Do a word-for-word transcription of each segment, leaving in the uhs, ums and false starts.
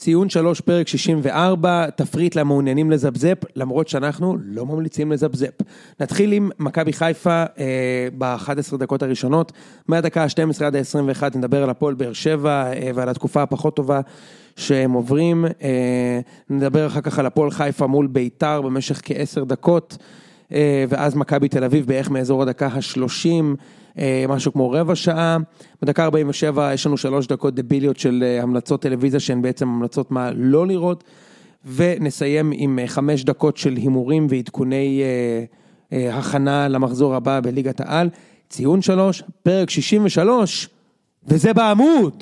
ציון שלוש, פרק שישים וארבע, תפריט למעוניינים לזבזפ, למרות שאנחנו לא ממליצים לזבזפ. נתחיל עם מכבי חיפה אה, ב-אחת עשרה דקות הראשונות, מהדקה ה-שתים עשרה עד ה-עשרים ואחת, נדבר על הפועל באר שבע אה, ועל התקופה הפחות טובה שהם עוברים, אה, נדבר אחר כך על הפועל חיפה מול ביתר במשך כעשר דקות, אה, ואז מכבי תל אביב בערך מאזור הדקה ה-שלושים, משהו כמו רבע שעה, בדקה ארבעים ושבע יש לנו שלוש דקות דביליות של המלצות טלוויזיה שהן בעצם המלצות מה לא לראות, ונסיים עם חמש דקות של הימורים ועדכוני אה, אה, הכנה למחזור הבא בליגת העל, ציון שלוש, פרק שישים ושלוש, וזה בעמוד.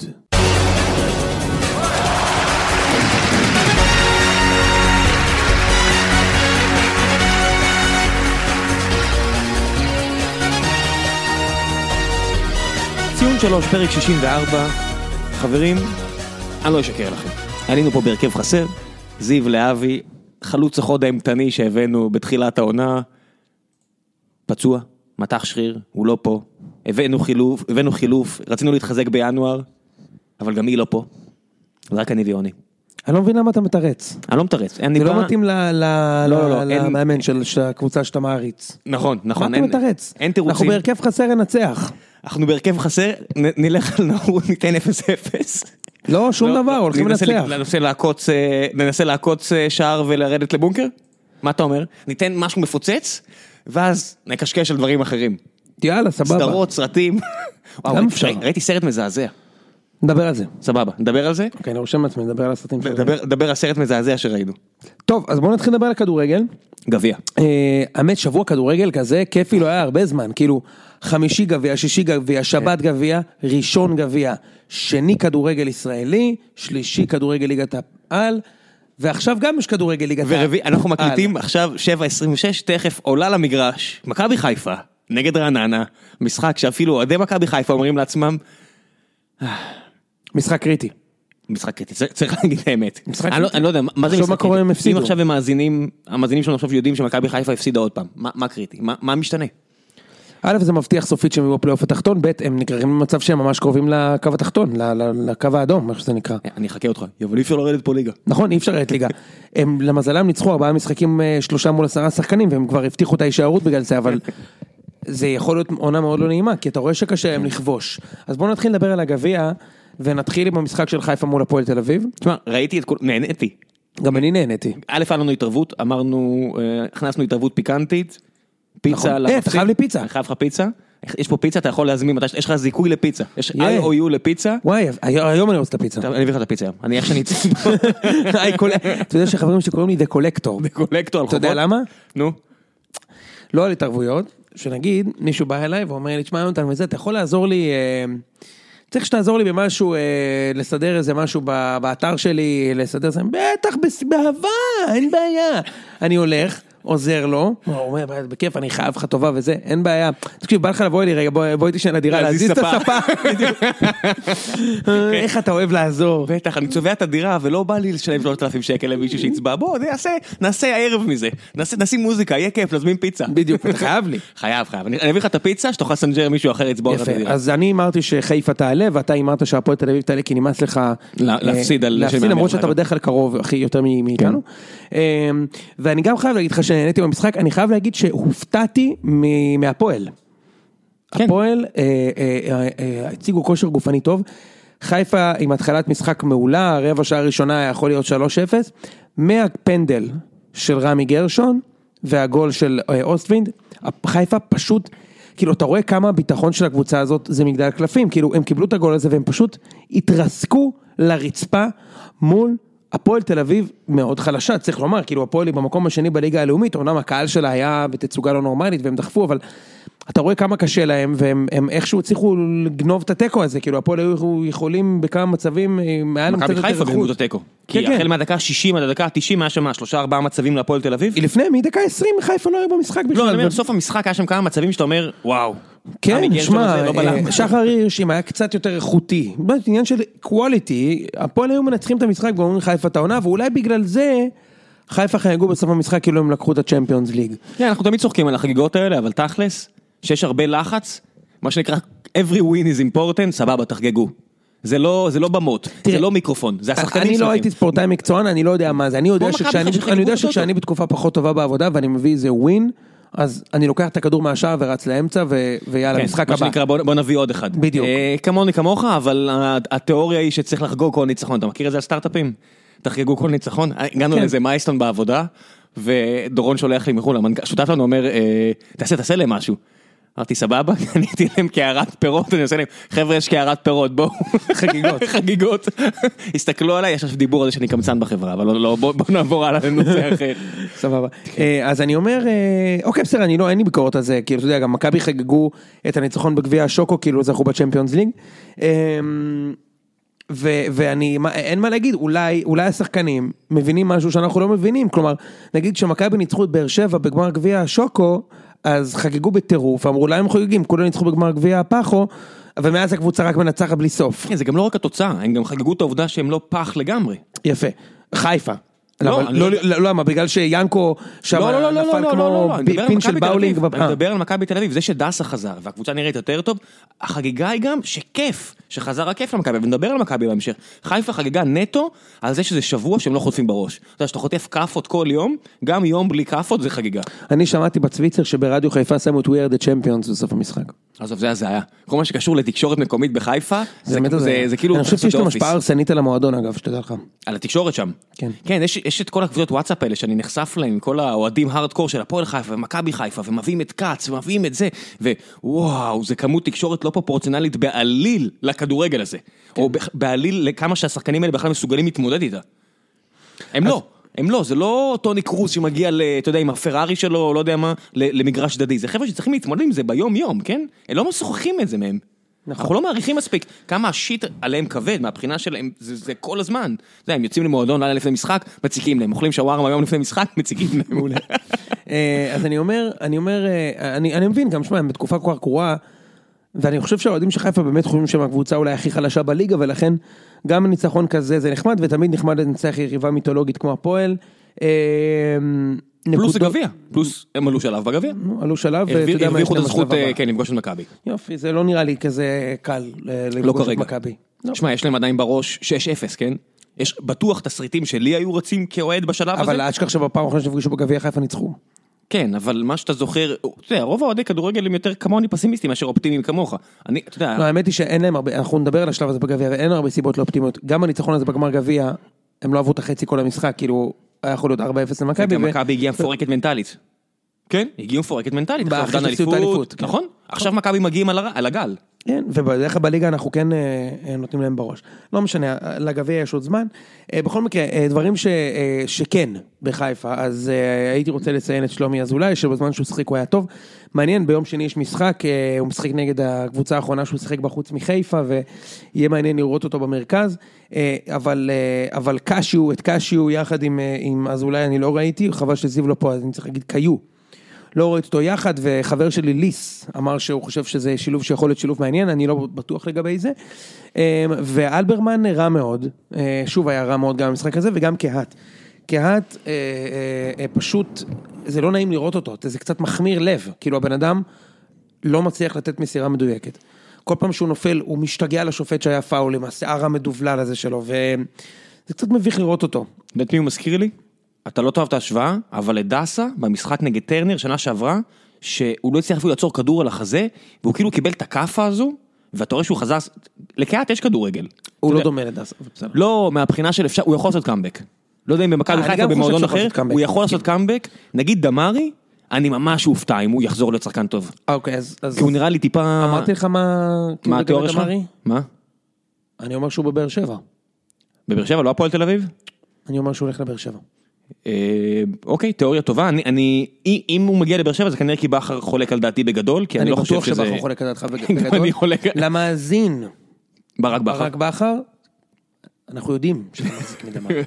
ציון שלוש, פרק שישים וארבע, חברים, אני לא אשקר לכם. עלינו פה בהרכב חסר, זיו להבי, חלוץ החוד האמתני שהבאנו בתחילת העונה, פצוע, מתח שריר, הוא לא פה, הבאנו חילוף, הבאנו חילוף, רצינו להתחזק בינואר, אבל גם היא לא פה, רק אני ויוני. אני לא מבין למה אתה מתרץ. אני לא מתרץ. זה לא מתאים למאמן של הקבוצה שאתה מעריץ. נכון, נכון. מה אתה מתרץ? אין תירוצים. אנחנו בהרכב חסר ננצח. אנחנו בהרכב חסר, נלך על נאות, ניתן אפס אפס. לא, שום דבר, הולכים לנצח. ננסה לעקוץ שער ולרדת לבונקר? מה אתה אומר? ניתן משהו מפוצץ, ואז נקשקש על דברים אחרים. יאללה, סבבה. סדרות, סרטים. ראיתי סרט מזעזע. נדבר על זה. סבבה, נדבר על זה? אוקיי, אני רושם לעצמי, נדבר על הסרטים שלנו. נדבר על סרט מזעזע שראינו. טוב, אז בואו נתחיל לדבר על הכדורגל. גביע. האמת, שבוע כדורגל כזה, כיפי לא היה הרבה זמן, כאילו, חמישי גביע, שישי גביע, שבת גביע, ראשון גביע, שני כדורגל ישראלי, שלישי כדורגל ליגת העל, ועכשיו גם יש כדורגל ליגת העל. ורביעי, אנחנו מקליטים עכשיו שבע עשרים ושש, תכף עולה למגרש, מכבי חיפה, נגד רעננה, משחק שאפילו אוהדי מכבי חיפה אומרים לעצמם, משחק קריטי. משחק קריטי, צריך להגיד את האמת. אני לא יודע, מה זה משחק קריטי? אם עכשיו המאזינים, המאזינים שלנו עכשיו יודעים שמכבי חיפה הפסידה עוד פעם, מה קריטי? מה משתנה? א', זה מבטיח סופית שהם יהיו בפלייאוף התחתון, ב', הם נגררים במצב שהם ממש קרובים לקו התחתון, לקו האדום, מה שזה נקרא. אני אחכה אותך, אבל אי אפשר לרדת פה ליגה. נכון, אי אפשר לרדת ליגה. הם למזלם ניצחו ארבעה משחקים, שלושה מול עשרה שחקנים, והם כבר הבטיחו את ההישארות בגלל זה, אבל זה יכול להיות עונה מאוד לא נעימה, כי אתה רואה שקשה להם לכבוש. אז בואו נתחיל לדבר על הגביע, ונתחיל עם המשחק של חיפה מול הפועל תל אביב. תשמע, ראיתי את כל... נהניתי. גם אני נהניתי. א', היה לנו התערבות, אמרנו, הכנסנו התערבות פיקנטית, פיצה נכון. אה, אתה חייב לי פיצה. אני חייב לך פיצה. יש פה פיצה, אתה יכול להזמין, יש לך זיכוי לפיצה. יש איי או יו לפיצה. וואי, היום אני רוצה את הפיצה. אני אביא לך את הפיצה היום. אני איך שאני אצא פה. אתה יודע שחברים שקוראים לי The Collector. The Collector. אתה יודע למה? נו. לא על התערבויות, שנגיד, מישהו בא אליי ואומר לי, תשמע יונתן וזה, אתה יכול לעזור לי, צריך שתעזור לי במשהו, לסדר איזה משהו באתר שלי, לסדר איזה, בטח, באהבה, אין בעיה. אני הולך, עוזר לו, הוא אומר, בכיף, אני חייב לך טובה וזה, אין בעיה. תקשיב, בא לך לבוא לי רגע, בואי תשען לדירה, להזיז את הספה. איך אתה אוהב לעזור? בטח, אני צובע את הדירה, ולא בא לי לשלם שלושת אלפים שקל למישהו שיצבע, בוא, נעשה הערב מזה, נשים מוזיקה, יהיה כיף, נזמין פיצה. בדיוק, אתה חייב לי. חייב, חייב. אני אביא לך את הפיצה, שתוכל סנג'ר מישהו אחר יצבע את הדירה. אז אני אמרתי שחיפה תעלה, ואתה אמרת שהפועל תל אביב תעלה, כי נמאס לך להפסיד, למרות שאתה בדרך כלל קרוב, הכי יותר מאיתנו. ואני גם חייב להגיד לך שנהניתי במשחק, אני חייב להגיד שהופתעתי מהפועל. הפועל הציגו כושר גופני טוב, חיפה עם התחלת משחק מעולה, רבע שעה ראשונה יכול להיות שלוש אפס, מהפנדל של רמי גרשון, והגול של אוסטווינד, חיפה פשוט, כאילו אתה רואה כמה הביטחון של הקבוצה הזאת זה מגדל קלפים, כאילו הם קיבלו את הגול הזה והם פשוט התרסקו לרצפה מול הפועל תל אביב מאוד חלשה, צריך לומר, כאילו הפועל היא במקום השני בליגה הלאומית, אומנם הקהל שלה היה בתצוגה לא נורמלית והם דחפו, אבל אתה רואה כמה קשה להם, והם איכשהו הצליחו לגנוב את הטקו הזה, כאילו הפועל היו יכולים בכמה מצבים, מכבי חיפה גנבו את הטקו, כי החל מהדקה שישים עד הדקה תשעים היה שם שלושה ארבעה מצבים להפועל תל אביב. לפני, מדקה עשרים חיפה לא היה במשחק בכלל. לא, אני אומר, סוף המשחק היה שם כמה מצבים שאתה אומר, וואו. כן, שמע, שחר הירשים היה קצת יותר איכותי, בעניין של קואליטי, הפועל היו מנצחים את המשחק ואומרים חיפה את העונה, ואולי בגלל זה חיפה חייגו בסוף המשחק כאילו הם לקחו את הצ'מפיונס ליג. כן, אנחנו תמיד צוחקים על החגיגות האלה, אבל תכלס, שיש הרבה לחץ, מה שנקרא, every win is important, סבבה, תחגגו. זה לא, זה לא במות, זה לא מיקרופון, זה השחקנים. אני לא הייתי ספורטאי מקצוען, אני לא יודע מה זה, אני יודע שכשאני, אני יודע שכשאני בתקופה פחות טובה בעבודה, ואני מביא איזה ווין, אז אני לוקח את הכדור מהשער ורץ לאמצע, ויאללה, משחק הבא. מה שנקרא, בוא נביא עוד אחד. בדיוק. כמוני כמוך, אבל התיאוריה היא שצריך לחגוג כל ניצחון. אתה מכיר את זה על סטארט-אפים? תחגגו כל ניצחון. הגענו לזה מייסטון בעבודה, ודורון שולח לי מחול, השותף לנו אומר, תעשה, תעשה להם משהו. אמרתי, סבבה, אני הייתי להם קערת פירות, אני עושה להם, חבר'ה, יש קערת פירות, בואו. חגיגות. חגיגות. הסתכלו עליי, יש עכשיו דיבור על זה שאני קמצן בחברה, אבל לא, בואו נעבור הלאה לנושא אחר. סבבה. אז אני אומר, אוקיי, בסדר, אני לא, אין לי ביקורת על זה, כאילו, אתה יודע, גם מכבי חגגו את הניצחון בגביע השוקו, כאילו, זכו בצ'מפיונס ליג. ואני, אין מה להגיד, אולי, אולי השחקנים מבינים משהו שאנחנו לא מבינים, כלומר, נגיד שמכבי ניצחו את באר שבע בגמר גביע השוקו, אז חגגו בטירוף, אמרו להם חוגגים, כולם ניצחו בגמר גביע הפחו, אבל מאז הקבוצה רק מנצחת בלי סוף. כן, זה גם לא רק התוצאה, הם גם חגגו את העובדה שהם לא פח לגמרי. יפה, חיפה. לא, לא, לא, למה, בגלל שיאנקו שם נפל כמו פין של באולינג. אני מדבר על מכבי תל אביב, זה שדסה חזר, והקבוצה נראית יותר טוב, החגיגה היא גם שכיף, שחזר הכיף למכבי, ונדבר על מכבי בהמשך. חיפה חגיגה נטו על זה שזה שבוע שהם לא חוטפים בראש. אתה יודע, שאתה חוטף קאפות כל יום, גם יום בלי קאפות זה חגיגה. אני שמעתי בצוויצר שברדיו חיפה שמו את We are the champions בסוף המשחק. עזוב, זה הזיה. כל מה שקשור לתקשורת מקומית בחיפה, זה כאילו... אני חושב שיש לו השפעה הרסנית על המועדון, אגב, שתדע לך. על התקשורת שם. כן. כן, יש, יש את כל הקבוצות וואטסאפ האלה שאני נחשף להם, כל האוהדים הארדקור של הפועל חיפה ומכבי חיפה, ומביאים את קאץ, ומביאים את זה, ווואו, זה כמות תקשורת לא פרופורציונלית בעליל לכדורגל הזה. כן. או בעליל לכמה שהשחקנים האלה בכלל מסוגלים להתמודד איתה. הם אז... לא. הם לא, זה לא טוני קרוז שמגיע, אתה יודע, עם הפרארי שלו, לא יודע מה, למגרש דדי. זה חבר'ה שצריכים להתמודד עם זה ביום יום, כן? הם לא משוחחים את זה מהם. אנחנו לא מעריכים מספיק. כמה השיט עליהם כבד, מהבחינה שלהם, זה כל הזמן. זה, הם יוצאים למועדון, לילה לפני משחק, מציקים להם. אוכלים שווארמה יום לפני משחק, מציקים להם. אז אני אומר, אני אומר, אני מבין, גם שמע, הם בתקופה כל כך קרואה, ואני חושב שהאוהדים של חיפה באמת חושבים שהם הקבוצה אולי הכי חלשה בליגה, ולכן גם ניצחון כזה זה נחמד, ותמיד נחמד לנצח יריבה מיתולוגית כמו הפועל. פלוס הגביע, פלוס הם עלו שלב בגביע. עלו שלב, הרוויחו את הזכות, כן, לפגוש את מכבי. יופי, זה לא נראה לי כזה קל לפגוש את מכבי. שמע, יש להם עדיין בראש שש אפס, כן? יש בטוח תסריטים שלי היו רצים כאוהד בשלב הזה. אבל אשכח שבפעם האחרונה שנפגשו בגביע חיפה ניצחו. כן, אבל מה שאתה זוכר, אתה יודע, רוב האוהדי כדורגל הם יותר כמוני פסימיסטים מאשר אופטימיים כמוך. אני, אתה יודע... לא, האמת היא שאין להם הרבה, אנחנו נדבר על השלב הזה בגביע, ואין הרבה סיבות לא אופטימיות. גם הניצחון הזה בגמר גביע, הם לא עברו את החצי כל המשחק, כאילו, היה יכול להיות ארבע אפס למכבי. גם מכבי הגיעה מפורקת מנטלית. כן, הגיעו מפורקת מנטלית. נכון? עכשיו מכבי מגיעים על הגל. כן, ובדרך כלל בליגה אנחנו כן נותנים להם בראש. לא משנה, לגביע יש עוד זמן. בכל מקרה, דברים ש, שכן בחיפה, אז הייתי רוצה לציין את שלומי אזולאי, שבזמן שהוא שחק הוא היה טוב. מעניין, ביום שני יש משחק, הוא משחק נגד הקבוצה האחרונה שהוא שחק בחוץ מחיפה, ויהיה מעניין לראות אותו במרכז. אבל, אבל קשיו, את קשיו יחד עם, עם אזולאי אני לא ראיתי, חבל שזיו לא פה, אז אני צריך להגיד קיו. לא ראיתי אותו יחד, וחבר שלי ליס אמר שהוא חושב שזה שילוב שיכול להיות שילוב מעניין, אני לא בטוח לגבי זה. ואלברמן רע מאוד, שוב היה רע מאוד גם במשחק הזה, וגם קהת. קהת פשוט, זה לא נעים לראות אותו, זה קצת מחמיר לב, כאילו הבן אדם לא מצליח לתת מסירה מדויקת. כל פעם שהוא נופל, הוא משתגע לשופט שהיה פאול, עם השיער המדובלל הזה שלו, וזה קצת מביך לראות אותו. יודעת מי הוא מזכיר לי? אתה לא תאהב את ההשוואה, אבל לדסה, במשחק נגד טרנר, שנה שעברה, שהוא לא הצליח אפילו לעצור כדור על החזה, והוא כאילו קיבל את הכאפה הזו, ואתה רואה שהוא חזר, לקהת יש כדורגל. הוא לא דומה לדסה. לא, מהבחינה של אפשר, הוא יכול לעשות קאמבק. לא יודע אם במכבי חיפה במועדון אחר, הוא יכול לעשות קאמבק, נגיד דמרי, אני ממש אופתע אם הוא יחזור להיות שחקן טוב. אוקיי, אז... כי הוא נראה לי טיפה... אמרתי לך מה... מה התיאוריה שלך? מה? אני אומר שהוא בבאר שבע. בבאר שבע, לא הפועל תל אביב? אני אומר שהוא הולך לבאר שבע. אוקיי, תיאוריה טובה, אני, אם הוא מגיע לבאר שבע, זה כנראה כי בכר חולק על דעתי בגדול, כי אני לא חושב שזה... אני בטוח שבכר חולק על דעתך בגדול. למאזין. ברק בכר. ברק בכר, אנחנו יודעים שזה מחזיק מדמרי.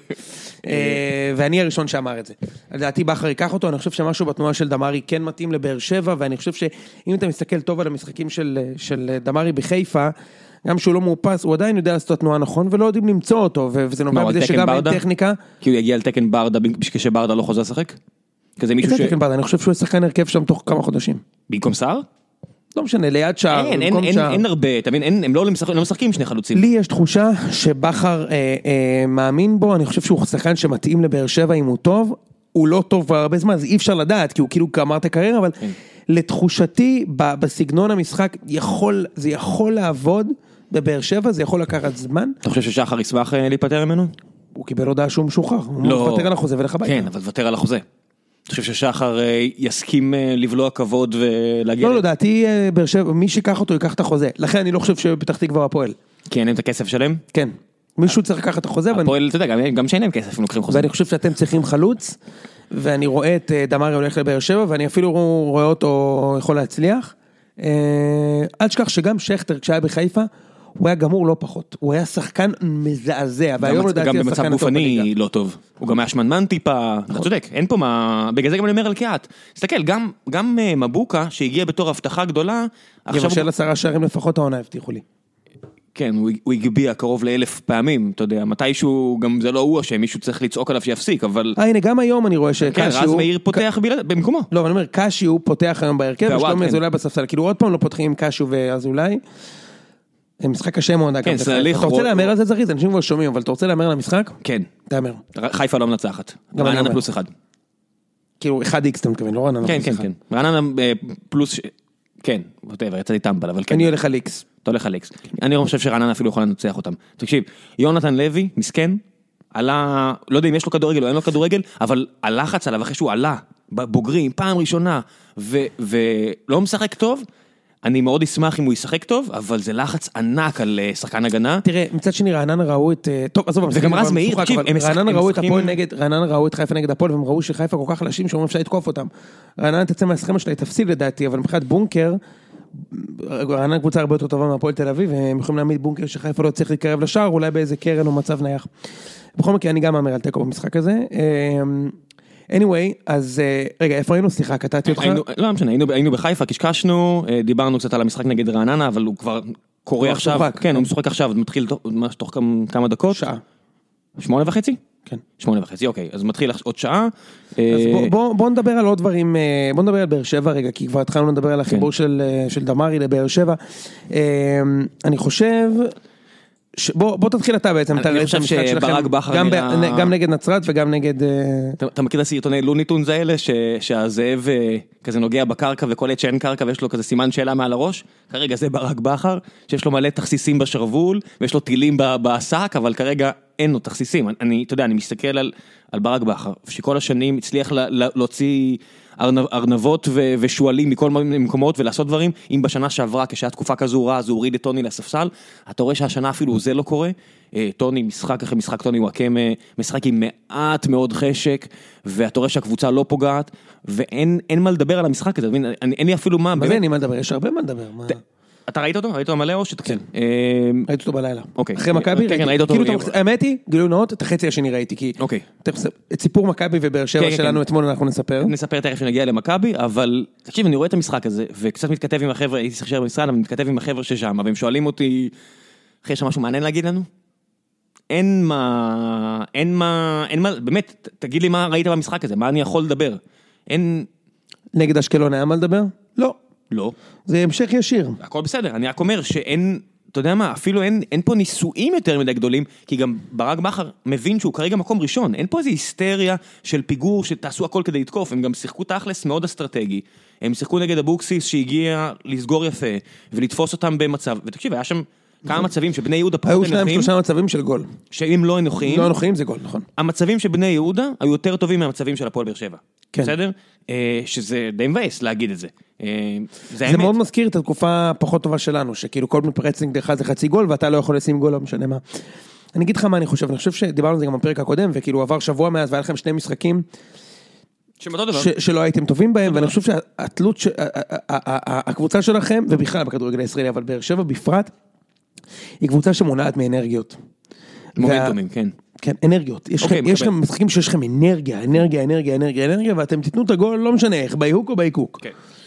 ואני הראשון שאמר את זה. לדעתי בכר ייקח אותו, אני חושב שמשהו בתנועה של דמרי כן מתאים לבאר שבע, ואני חושב שאם אתה מסתכל טוב על המשחקים של דמרי בחיפה, גם שהוא לא מאופס, הוא עדיין יודע לעשות תנועה נכון, ולא יודעים למצוא אותו, וזה נובע בזה שגם אין טכניקה. כי הוא יגיע על תקן ברדה, כשברדה לא חוזר לשחק? כזה מישהו ש... תקן ברדה, אני חושב שהוא ישחקן הרכב שם תוך כמה חודשים. במקום סער? לא משנה, ליד שער, אין, אין, אין, אין הרבה, תבין, אין, הם לא משחקים שני חלוצים. לי יש תחושה שבחר אה, אה, מאמין בו, אני חושב שהוא שחקן שמתאים לבאר שבע אם הוא טוב, הוא לא טוב כבר הרבה זמן, אז אי אפשר לדעת, כי הוא כאילו גמר את הקריירה, אבל כן. לתחושתי, בסגנון המשחק, יכול, זה יכול לעבוד בבאר שבע, זה יכול לקחת זמן. אתה חושב ששחר ישמח להיפטר ממנו? הוא קיבל הודעה שהוא משוחרר, הוא לא. מוותר על החוזה ולך הביתה. כן, אבל תוותר על החוזה. אתה חושב ששחר יסכים לבלוע כבוד ולהגיע? לא, לא, דעתי, באר שבע, מי שיקח אותו ייקח את החוזה. לכן אני לא חושב שבפתח תקווה הפועל. כי אין להם את הכסף שלהם? כן. מישהו צריך לקחת את החוזה. הפועל, אתה יודע, גם שאין להם כסף, הם לוקחים חוזה. ואני חושב שאתם צריכים חלוץ, ואני רואה את דמרי הולך לבאר שבע, ואני אפילו רואה אותו יכול להצליח. אל תשכח שגם שכטר, כשהיה בחיפה, הוא היה גמור לא פחות. הוא היה שחקן מזעזע, והיום לדעתי גם במצב גופני לא טוב. הוא גם היה שמנמן טיפה, אתה צודק, אין פה מה, בגלל זה גם אני אומר על קיאט. תסתכל, גם מבוקה, שהגיע בתור הבטחה גדולה, עכשיו של עשרה שערים לפחות העונה הבטיחו לי. כן, הוא הגביע קרוב לאלף פעמים, אתה יודע, מתישהו, גם זה לא הוא השם, מישהו צריך לצעוק עליו שיפסיק, אבל... אה, הנה, גם היום אני רואה שקשי כן, רז מאיר פותח במקומו. לא, אבל אני אומר, קשי הוא פותח היום בהרכב, ושלומי אזולאי בספסל, כאילו עוד פעם לא פותחים עם קשי ואזולאי. משחק קשה מאוד. כן, סליח. אתה רוצה לאמר על זה זריז, אנשים כבר שומעים, אבל אתה רוצה לאמר על המשחק? כן. תאמר. חיפה לא מנצחת. רעננה פלוס אחד. כאילו, אחד איקס אתה מתכוון, לא רעננה פלוס אחד. כן, כן, רעננה פלוס, כן, יצא לי טמבל, אבל כן. אני הולך על איקס. אתה הולך על איקס. אני לא חושב שרעננה אפילו יכול לנצח אותם. תקשיב, יונתן לוי, מסכן, עלה, לא יודע אם יש לו כדורגל או אין לו כדורגל, אבל הלחץ עליו אחרי שהוא עלה, בבוגרים, פעם ראשונה, ולא משחק טוב, אני מאוד אשמח אם הוא ישחק טוב, אבל זה לחץ ענק על שחקן הגנה. תראה, מצד שני, רעננה ראו את... טוב, עזוב, וגם רז מאיר, תקשיב, הם משחקים... רעננה ראו את הפועל נגד, רעננה ראו את חיפה נגד הפועל, והם ראו שחיפה כל כך חלשים, שאומרים אפשר לתקוף אותם. רעננה תצא מהסכמה שלה, היא תפסיד לדעתי, אבל מבחינת בונקר, רעננה קבוצה הרבה יותר טובה מהפועל תל אביב, והם יכולים להעמיד בונקר שחיפה לא צריך להתקרב לשער, אולי באיזה קרן או מצב נייח. בכל מקרה, אני גם מאמר על תיקו במשחק הזה. anyway, אז רגע, איפה היינו? סליחה, קטעתי אותך. לא משנה, היינו בחיפה, קשקשנו, דיברנו קצת על המשחק נגד רעננה, אבל הוא כבר קורה עכשיו. כן, הוא משחק עכשיו, מתחיל תוך כמה דקות. שעה. שמונה וחצי? כן. שמונה וחצי, אוקיי, אז מתחיל עוד שעה. אז בוא נדבר על עוד דברים, בוא נדבר על באר שבע רגע, כי כבר התחלנו לדבר על החיבור של דמרי לבאר שבע. אני חושב... בוא, בוא תתחיל אתה בעצם, אני חושב שברק בכר נראה... גם נגד נצרת וגם נגד... אתה מכיר את הסרטוני לוניטונס האלה, שהזאב כזה נוגע בקרקע וכל עת שאין קרקע ויש לו כזה סימן שאלה מעל הראש? כרגע זה ברק בכר, שיש לו מלא תכסיסים בשרוול, ויש לו טילים בעסק, אבל כרגע אין לו תכסיסים. אני, אתה יודע, אני מסתכל על, על ברק בכר, שכל השנים הצליח להוציא... ארנבות ושואלים מכל מקומות ולעשות דברים, אם בשנה שעברה כשהיה תקופה כזו רע, אז הוא הוריד את טוני לספסל, אתה רואה שהשנה אפילו זה לא קורה, טוני משחק אחרי משחק, טוני וואקם משחק עם מעט מאוד חשק, ואתה רואה שהקבוצה לא פוגעת, ואין מה לדבר על המשחק הזה, אין לי אפילו מה... מה זה אין לי מה לדבר? יש הרבה מה לדבר. אתה ראית אותו? ראית אותו מלא או שתקצן? ראית אותו בלילה. אוקיי. אחרי מכבי? כן, ראית אותו. האמת היא, גילוי נאות, את החצי השני ראיתי, כי... אוקיי. את סיפור מכבי ובאר שבע שלנו אתמול אנחנו נספר. נספר תכף שנגיע למכבי, אבל תקשיב, אני רואה את המשחק הזה, וקצת מתכתב עם החבר'ה, הייתי שחשר במשרד, אבל מתכתב עם החבר'ה ששם, והם שואלים אותי, אחרי יש משהו מעניין להגיד לנו? אין מה, אין מה, אין מה, באמת, תגיד לי מה ראית במשחק הזה, מה אני יכול לדבר? אין... נגד אשקלון היה מה לדבר? לא. לא. זה המשך ישיר. הכל בסדר, אני רק אומר שאין, אתה יודע מה, אפילו אין, אין פה ניסויים יותר מדי גדולים, כי גם ברק בכר מבין שהוא כרגע מקום ראשון, אין פה איזו היסטריה של פיגור שתעשו הכל כדי לתקוף, הם גם שיחקו תכלס מאוד אסטרטגי, הם שיחקו נגד אבוקסיס שהגיע לסגור יפה, ולתפוס אותם במצב, ותקשיב, היה שם כמה מצבים שבני יהודה פחות אנוכיים. היו שניים שלושה מצבים של גול. שאם לא אנוכיים. לא אנוכיים זה גול, נכון. המצבים של בני יהודה היו יותר טובים מהמצבים של הפועל באר שבע. כן. בסדר? שזה די מבאס להגיד את זה. זה מאוד מזכיר את התקופה הפחות טובה שלנו, שכאילו כל מפרץ נגד אחד זה חצי גול, ואתה לא יכול לשים גול, לא משנה מה. אני אגיד לך מה אני חושב, אני חושב שדיברנו על זה גם בפרק הקודם, וכאילו עבר שבוע מאז, והיה לכם שני משחקים, שלא הייתם טובים בהם, ואני חושב שהתלות, הקבוצה שלכם, ובכלל בכדורגל הישראלי, אבל באר שבע בפרט, היא קבוצה שמונעת מאנרגיות. מומנטומים, כן. כן, אנרגיות. יש לכם משחקים שיש לכם אנרגיה, אנרגיה, אנרגיה, אנרגיה, אנרגיה, ואתם תיתנו את הגול, לא משנה איך, בהיהוק או בהיקוק.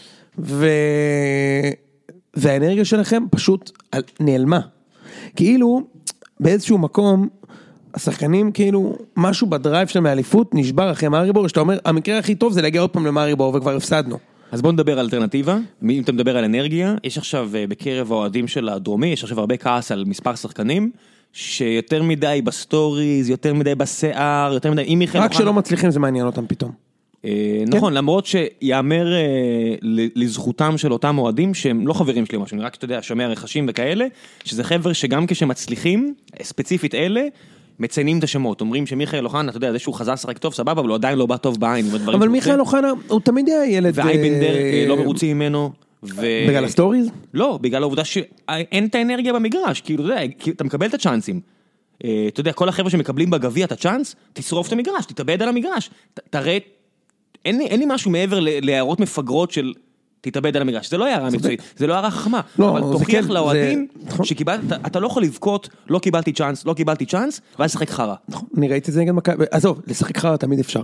והאנרגיה שלכם פשוט נעלמה. כאילו, באיזשהו מקום, השחקנים כאילו, משהו בדרייב שלהם מהאליפות נשבר אחרי מאריבור, שאתה אומר, המקרה הכי טוב זה להגיע עוד פעם למאריבור, וכבר הפסדנו. אז בוא נדבר על אלטרנטיבה, אם אתה מדבר על אנרגיה, יש עכשיו בקרב האוהדים של הדרומי, יש עכשיו הרבה כעס על מספר שחקנים, שיותר מדי בסטוריז, יותר מדי בשיער, יותר מדי, אם מיכאל רק שלא מצליחים זה מעניין אותם פתאום. נכון, למרות שיאמר לזכותם של אותם אוהדים, שהם לא חברים שלי משהו, אני רק, אתה יודע, שומע רכשים וכאלה, שזה חבר'ה שגם כשמצליחים, ספציפית אלה, מציינים את השמות, אומרים שמיכאל אוחנה, אתה יודע, זה שהוא חזר שחק טוב, סבבה, אבל הוא עדיין לא בא טוב בעין. אבל מיכאל אוחנה, הוא תמיד היה ילד... ואייבנדר לא מרוצים ממנו. בגלל הסטוריז? לא, בגלל העובדה שאין את האנרגיה במגרש, כאילו, אתה יודע, אתה מקבל את הצ'אנסים. אתה יודע, כל החבר'ה שמקבלים בגביע את הצ'אנס, תשרוף את המגרש, תתאבד על המגרש. תראה, אין לי משהו מעבר להערות מפגרות של... תתאבד על המגרש, זה לא הערה מקצועית, זה לא הערה חכמה, אבל תוכיח לאוהדים שקיבלת, אתה לא יכול לבכות, לא קיבלתי צ'אנס, לא קיבלתי צ'אנס, ואז לשחק חרה. אני ראיתי את זה נגד מכבי, עזוב, לשחק חרה תמיד אפשר.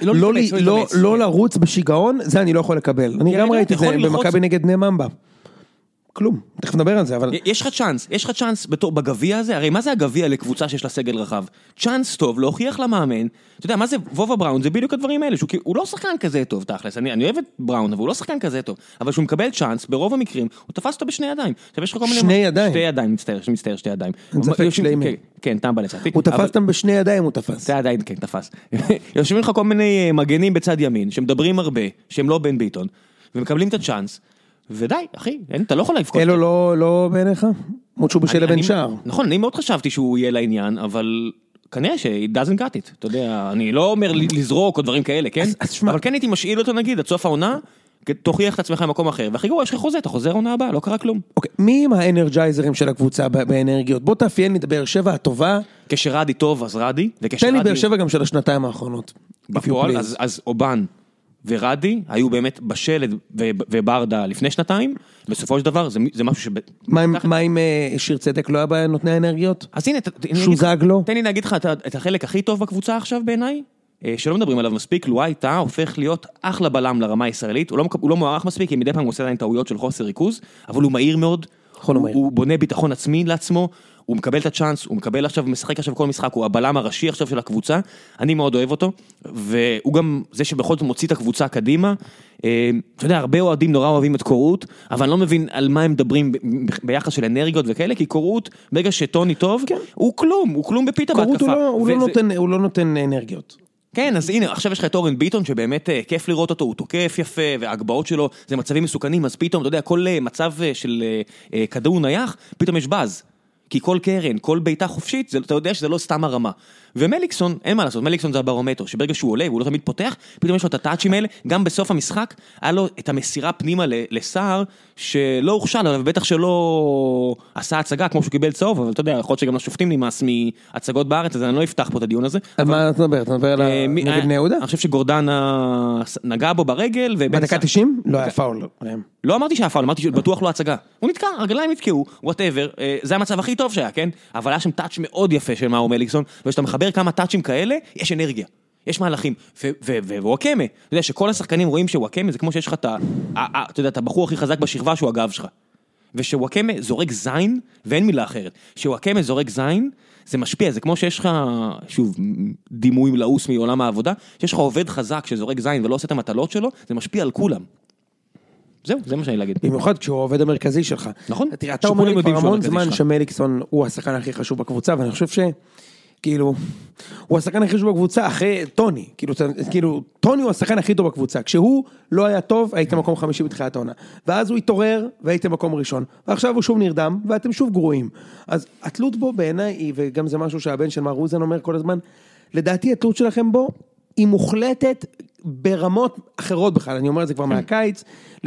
לא לרוץ בשיגעון, זה אני לא יכול לקבל. אני גם ראיתי את זה במכבי נגד בני ממבה. כלום, תכף נדבר על זה, אבל... יש לך צ'אנס, יש לך צ'אנס בתור בגביע הזה, הרי מה זה הגביע לקבוצה שיש לה סגל רחב? צ'אנס טוב, להוכיח למאמן, אתה יודע, מה זה וובה בראון, זה בדיוק הדברים האלה, שהוא לא שחקן כזה טוב, תכלס, אני, אני אוהב את בראון, אבל הוא לא שחקן כזה טוב, אבל שהוא מקבל צ'אנס, ברוב המקרים, הוא תפס אותו בשני ידיים. שני ידיים? שתי ידיים, מצטער, מצטער, שתי ידיים. כן, טמבל לצעתי. הוא תפס אותם בשני ידיים, הוא תפס. שתי ידיים, כן, תפס. יושבים לך כל מיני מגנים בצד ימין, שמדברים הרבה, שהם לא בן ביטון, ומקבלים את הצ'אנס. ודי, אחי, אין, אתה לא יכול להפקוש. אלו לא, לא בעיניך? עוד שהוא בשל לבן שער. נכון, אני מאוד חשבתי שהוא יהיה לעניין, אבל כנראה ש- it doesn't got it. אתה יודע, אני לא אומר לזרוק או דברים כאלה, כן? אבל כן הייתי משאיל אותו נגיד, עד סוף העונה, תוכיח את עצמך במקום אחר, והכי גרוע, יש לך חוזה, אתה חוזר עונה הבאה, לא קרה כלום. אוקיי, מי עם האנרג'ייזרים של הקבוצה באנרגיות? בוא תאפיין לי את באר שבע הטובה. כשרדי טוב, אז רדי. תן לי באר שבע גם של השנתיים האחרונות. בפועל, אז, אז אובן ורדי היו באמת בשלד וברדה לפני שנתיים, בסופו של דבר זה, זה משהו ש... מה עם, מה עם שיר צדק לא היה בנותני האנרגיות? אז הנה, שוזג לו? תן לי להגיד לך את החלק הכי טוב בקבוצה עכשיו בעיניי, שלא מדברים עליו מספיק, לואי טאה הופך להיות אחלה בלם לרמה הישראלית, הוא לא, הוא לא מוערך מספיק, כי מדי פעם הוא עושה להם טעויות של חוסר ריכוז, אבל הוא מהיר מאוד, הוא, הוא בונה ביטחון עצמי לעצמו, הוא מקבל את הצ'אנס, הוא מקבל עכשיו, משחק עכשיו כל משחק, הוא הבלם הראשי עכשיו של הקבוצה, אני מאוד אוהב אותו, והוא גם זה שבכל זאת מוציא את הקבוצה קדימה, אתה יודע, הרבה אוהדים נורא אוהבים את קורות, אבל אני לא מבין על מה הם מדברים ביחס של אנרגיות וכאלה, כי קורות, ברגע שטוני טוב, הוא כלום, הוא כלום בפיתה בהתקפה. הוא לא נותן אנרגיות. כן, אז הנה, עכשיו יש לך את אורן ביטון, שבאמת כיף לראות אותו, הוא תוקף יפה, וההגבהות שלו זה מצבים מסוכנים, אז פתאום, אתה יודע, כל מצב של כדור נייח, פתאום יש באז. כי כל קרן, כל ביתה חופשית, אתה יודע שזה לא סתם הרמה. ומליקסון, אין מה לעשות, מליקסון זה הברומטר, שברגע שהוא עולה, הוא לא תמיד פותח, פתאום יש לו את הטאצ'ים האלה, גם בסוף המשחק, היה לו את המסירה פנימה לסער, שלא הוכשל, אבל בטח שלא עשה הצגה, כמו שהוא קיבל צהוב, אבל אתה יודע, יכול להיות שגם לשופטים נמאס מהצגות בארץ, אז אני לא אפתח פה את הדיון הזה. על מה אתה מדבר? אתה מדבר על נגד בני יהודה? אני חושב שגורדנה נגע בו ברגל, בדקה תשעים? לא היה פאול. לא אמרתי שהיה פאול, אמרתי שבטוח לא הצגה. הוא נתקע, הרגליים נתקעו, whatever, זה המצב הכי טוב שהיה, כן? אבל היה שם טאץ' מאוד יפה של מאור מליקסון, ושאתה מחבר כמה טאצ'ים כאלה, יש אנרגיה, יש מהלכים, ווואקמה, אתה יודע שכל השחקנים רואים שוואקמה, זה כמו שיש לך את, אתה יודע, את הבחור הכי חזק בשכבה שהוא הגב שלך, ושוואקמה זורק זין, ואין מילה אחרת, שוואקמה זורק זין, זה משפיע, זה כמו שיש לך, שוב, דימוי לעוס מעולם העבודה, שיש לך עובד חזק שזורק זין ולא עושה את המטלות שלו, זה משפיע על כולם. זהו, זה מה שאני להגיד. במיוחד כשהוא העובד המרכזי שלך. נכון. תראה, אתה אומר לי כבר המון זמן שמליקסון הוא השחקן הכי חשוב בקבוצה, ואני חושב ש... כאילו, הוא השחקן הכי חשוב בקבוצה אחרי טוני. כאילו, כאילו, טוני הוא השחקן הכי טוב בקבוצה. כשהוא לא היה טוב, הייתם מקום חמישי בתחילת העונה. ואז הוא התעורר, והייתם מקום ראשון. ועכשיו הוא שוב נרדם, ואתם שוב גרועים. אז התלות בו בעיניי, וגם זה משהו שהבן של מר רוזן אומר כל הזמן, לדעתי התלות שלכם בו, היא מוחלטת ברמות אחרות בכלל, אני אומר את זה כבר מהקיץ,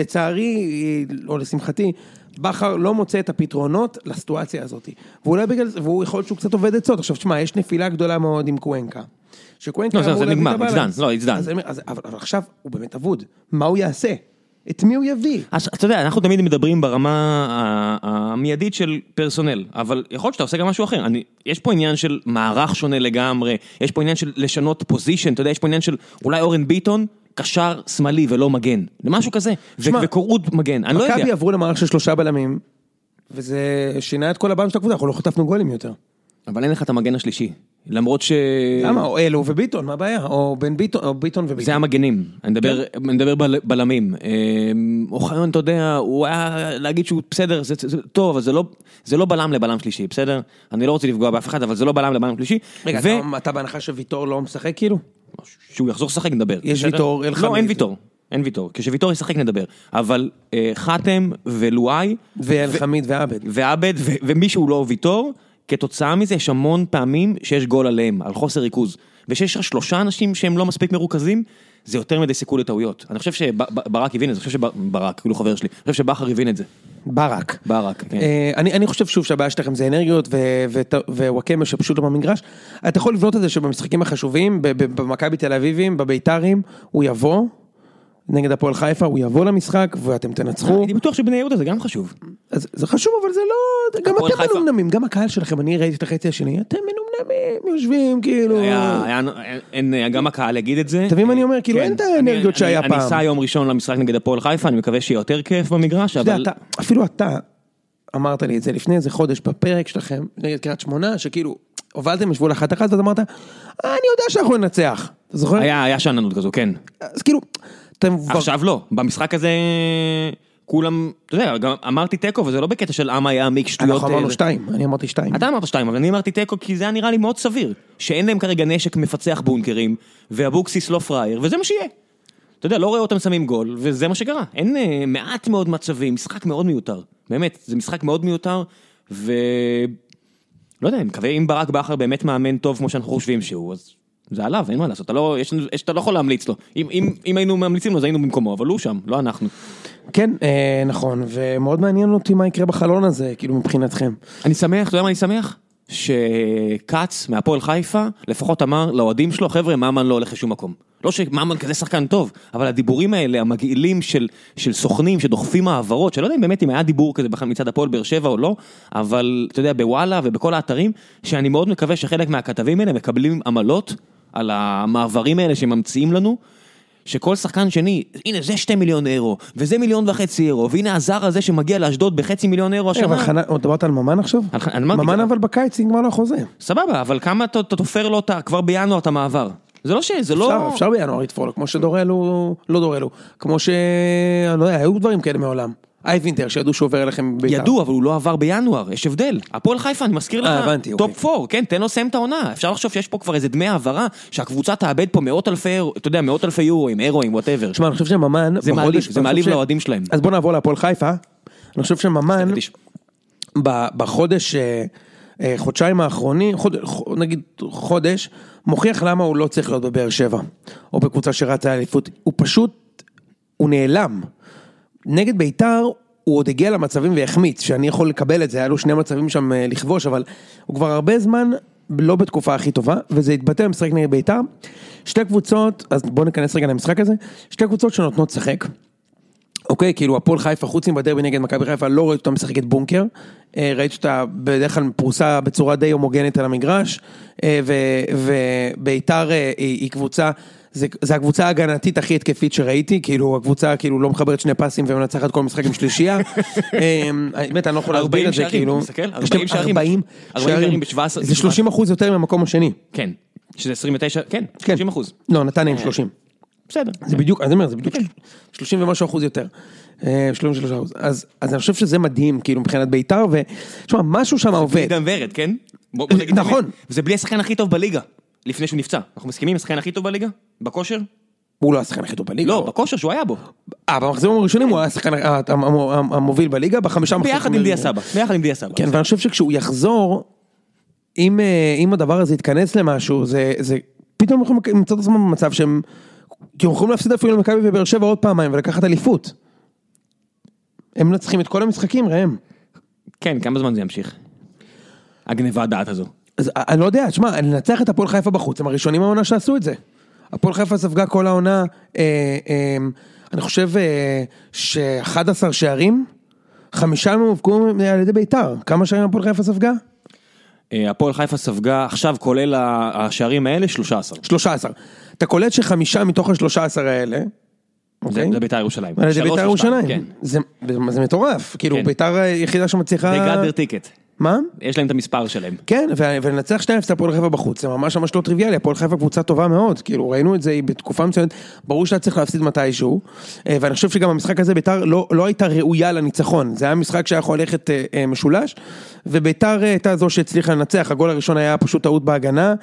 לצערי, או לשמחתי, בכר לא מוצא את הפתרונות לסיטואציה הזאת, ואולי בגלל זה, והוא יכול להיות שהוא קצת עובד עצות, עכשיו תשמע, יש נפילה גדולה מאוד עם קוונקה, שקוונקה... לא, זה נגמר, הצדן, לא, הצדן. אבל עכשיו הוא באמת עבוד, מה הוא יעשה? את מי הוא יביא? אז אתה יודע, אנחנו תמיד מדברים ברמה המיידית של פרסונל, אבל יכול להיות שאתה עושה גם משהו אחר. אני, יש פה עניין של מערך שונה לגמרי, יש פה עניין של לשנות פוזישן, אתה יודע, יש פה עניין של אולי אורן ביטון, קשר שמאלי ולא מגן, משהו כזה, וקורות מגן, אני לא יודע. מכבי עברו למערך של שלושה בלמים, וזה שינה את כל הבעם של הקבוצה, אנחנו לא חטפנו גולים יותר. אבל אין לך את המגן השלישי. למרות ש... למה? או אלו וביטון, מה הבעיה? או בן ביטון, או ביטון וביטון. זה המגנים. אני מדבר, אני מדבר בלמים. אוחיון, אתה יודע, הוא היה להגיד שהוא בסדר, זה, זה טוב, אבל זה לא, זה לא בלם לבלם שלישי, בסדר? אני לא רוצה לפגוע באף אחד, אבל זה לא בלם לבלם שלישי. רגע, ו... אתה, אתה בהנחה שוויטור לא משחק כאילו? שהוא יחזור לשחק, נדבר. יש ויטור, אל חמיד. לא, אין ויטור. אין ויטור. כשוויטור ישחק נדבר. אבל אה, חתם ולואי... ואל חמיד ועבד. ועבד, ו- ומישהו לא ויטור, כתוצאה מזה יש המון פעמים שיש גול עליהם, על חוסר ריכוז. ושיש שלושה אנשים שהם לא מספיק מרוכזים, זה יותר מדי סיכוי לטעויות. אני חושב שברק הבין את זה, אני חושב שברק, כאילו חבר שלי, אני חושב שבחר הבין את זה. ברק. ברק, כן. אני, אני חושב שוב שהבעיה שלכם זה אנרגיות ווואקמה שפשוט לא במגרש. אתה יכול לבנות את זה שבמשחקים החשובים, במכבי תל אביבים, בביתרים, הוא יבוא, נגד הפועל חיפה, הוא יבוא למשחק, ואתם תנצחו. אני בטוח שבני יהודה זה גם חשוב. אז זה חשוב, אבל זה לא... גם אתם מנומנמים, גם הקהל שלכם, אני ראיתי את החצי השני, אתם מנומנמים, יושבים, כאילו... גם הקהל יגיד את זה. תבין מה אני אומר, כאילו אין את האנרגיות שהיה פעם. אני אסע יום ראשון למשחק נגד הפועל חיפה, אני מקווה שיהיה יותר כיף במגרש, אבל... אפילו אתה אמרת לי את זה לפני איזה חודש בפרק שלכם, נגד קריית שמונה, שכאילו, הובלתם, ישבו לאחת אחת, ואתה אמרת, אני יודע שאנחנו ננצח. אתה זוכר? היה שאננות כזו, כן. אז כאילו, עכשיו לא, במשחק הזה כולם, אתה יודע, גם אמרתי טקו, וזה לא בקטע של אמה יעמיק שטויות. אנחנו אמרנו שתיים, אני אמרתי שתיים. אתה אמרת שתיים, אבל אני אמרתי טקו, כי זה היה נראה לי מאוד סביר, שאין להם כרגע נשק מפצח בונקרים, והבוקסיס לא פרייר, וזה מה שיהיה. אתה יודע, לא רואה אותם שמים גול, וזה מה שקרה. אין מעט מאוד מצבים, משחק מאוד מיותר. באמת, זה משחק מאוד מיותר, ו... לא יודע, אני מקווה אם ברק בכר באמת מאמן טוב כמו שאנחנו חושבים שהוא, אז זה עליו, אין מה לעשות, אתה לא, יש, יש, אתה לא יכול להמליץ לו. אם, אם, אם היינו ממליצים לו, אז היינו במקומו, אבל הוא שם, לא אנחנו. כן, אה, נכון, ומאוד מעניין אותי מה יקרה בחלון הזה, כאילו מבחינתכם. אני שמח, אתה יודע מה אני שמח? שקץ מהפועל חיפה, לפחות אמר לאוהדים שלו, חבר'ה, מאמן לא הולך לשום מקום. לא שמאמן כזה שחקן טוב, אבל הדיבורים האלה, המגעילים של, של סוכנים שדוחפים העברות, שלא יודע אם באמת אם היה דיבור כזה מצד הפועל באר שבע או לא, אבל אתה יודע, בוואלה ובכל האתרים, שאני מאוד מקווה שחלק מהכתבים האלה מקבלים עמלות על המעברים האלה שממציאים לנו, שכל שחקן שני, הנה זה שתי מיליון אירו, וזה מיליון וחצי אירו, והנה הזר הזה שמגיע לאשדוד בחצי מיליון אירו השנה. אבל דיברת על ממן עכשיו? ממן אבל בקיץ נגמר לו החוזה. סבבה, אבל כמה אתה תופר לו כבר בינואר את המעבר? זה לא ש... זה לא... אפשר בינואר לתפור לו, כמו שדורלו, לא דורלו, כמו ש... אני לא יודע, היו דברים כאלה מעולם. אייבינטר, שידעו שעובר אליכם ביתר. ידעו, אבל הוא לא עבר בינואר, יש הבדל. הפועל חיפה, אני מזכיר לך, טופ ארבע, כן, תן לו סיים את העונה. אפשר לחשוב שיש פה כבר איזה דמי העברה, שהקבוצה תאבד פה מאות אלפי, אתה יודע, מאות אלפי יורוים, אירוים, whatever. שמע, אני חושב שממן... זה מעליב לאוהדים שלהם. אז בוא נעבור להפועל חיפה. אני חושב שממן, בחודש, חודשיים האחרונים, נגיד חודש, מוכיח למה הוא לא צריך להיות בבאר שבע, או בקבוצה שרצה האליפות. הוא פשוט, הוא נעלם. נגד ביתר הוא עוד הגיע למצבים והחמיץ, שאני יכול לקבל את זה, היה לו שני מצבים שם לכבוש, אבל הוא כבר הרבה זמן לא בתקופה הכי טובה, וזה התבטא במשחק נגד ביתר. שתי קבוצות, אז בואו ניכנס רגע למשחק הזה, שתי קבוצות שנותנות שחק, אוקיי, כאילו הפועל חיפה חוץ מבדרבי נגד מכבי חיפה, לא ראיתי אותה משחקת בונקר, ראיתי אותה בדרך כלל פרוסה בצורה די הומוגנית על המגרש, וביתר היא קבוצה, זה, זה הקבוצה ההגנתית הכי התקפית שראיתי, כאילו הקבוצה כאילו לא מחברת שני פסים ומנצחת כל משחק עם שלישייה. באמת אני לא יכול להסביר את זה, כאילו. ארבעים שערים, ארבעים שערים ב-שבע עשרה. זה שלושים אחוז יותר מהמקום השני. כן, שזה עשרים ותשע, כן, שלושים אחוז. לא, נתניה עם שלושים. בסדר. זה בדיוק, אז אני אומר, זה בדיוק שלושים ומשהו אחוז יותר. שלושים ושלושה אחוז. אז אני חושב שזה מדהים, כאילו מבחינת ביתר, ושמע, משהו שם עובד. גם ורד, כן? נכון. וזה בלי השחקן הכי טוב בליגה. לפני שהוא נפצע. אנחנו מסכימים, השחקן הכי טוב בליגה? בכושר? הוא לא השחקן הכי טוב בליגה. לא, בכושר שהוא היה בו. אה, במחזורים הראשונים הוא היה השחקן המוביל בליגה, בחמישה מחזורים. ביחד עם דיה סבא. ביחד עם דיה סבא. כן, ואני חושב שכשהוא יחזור, אם הדבר הזה יתכנס למשהו, זה פתאום יכולים למצוא את עצמם במצב שהם יכולים להפסיד אפילו למכבי ובאר שבע עוד פעמיים ולקחת אליפות. הם מנצחים את כל המשחקים, ראם. כן, כמה זמן זה ימשיך? הגניבה הדעת הזו. אז אני לא יודע, תשמע, אני נצח את הפועל חיפה בחוץ, הם הראשונים העונה שעשו את זה. הפועל חיפה ספגה כל העונה, אה, אה, אני חושב אה, ש-אחד עשר שערים, חמישה מהם הופקו על ידי ביתר. כמה שערים הפועל חיפה ספגה? אה, הפועל חיפה ספגה, עכשיו כולל השערים האלה, שלושה עשר. שלושה עשר. אתה קולט שחמישה מתוך השלושה עשר האלה, זה, זה ביתר ירושלים. זה ביתר ירושלים. כן. זה, זה, זה מטורף. כאילו, כן. ביתר היחידה שמצליחה... They got their ticket. מה? יש להם את המספר שלהם. כן, ולנצח שתיים אפס הפועל חיפה בחוץ, זה ממש ממש לא טריוויאלי, הפועל חיפה קבוצה טובה מאוד, כאילו ראינו את זה בתקופה מסוימת, ברור שאתה צריך להפסיד מתישהו, ואני חושב שגם המשחק הזה ביתר לא, לא הייתה ראויה לניצחון, זה היה משחק שהיה יכול ללכת משולש, וביתר הייתה זו שהצליחה לנצח, הגול הראשון היה פשוט טעות בהגנה,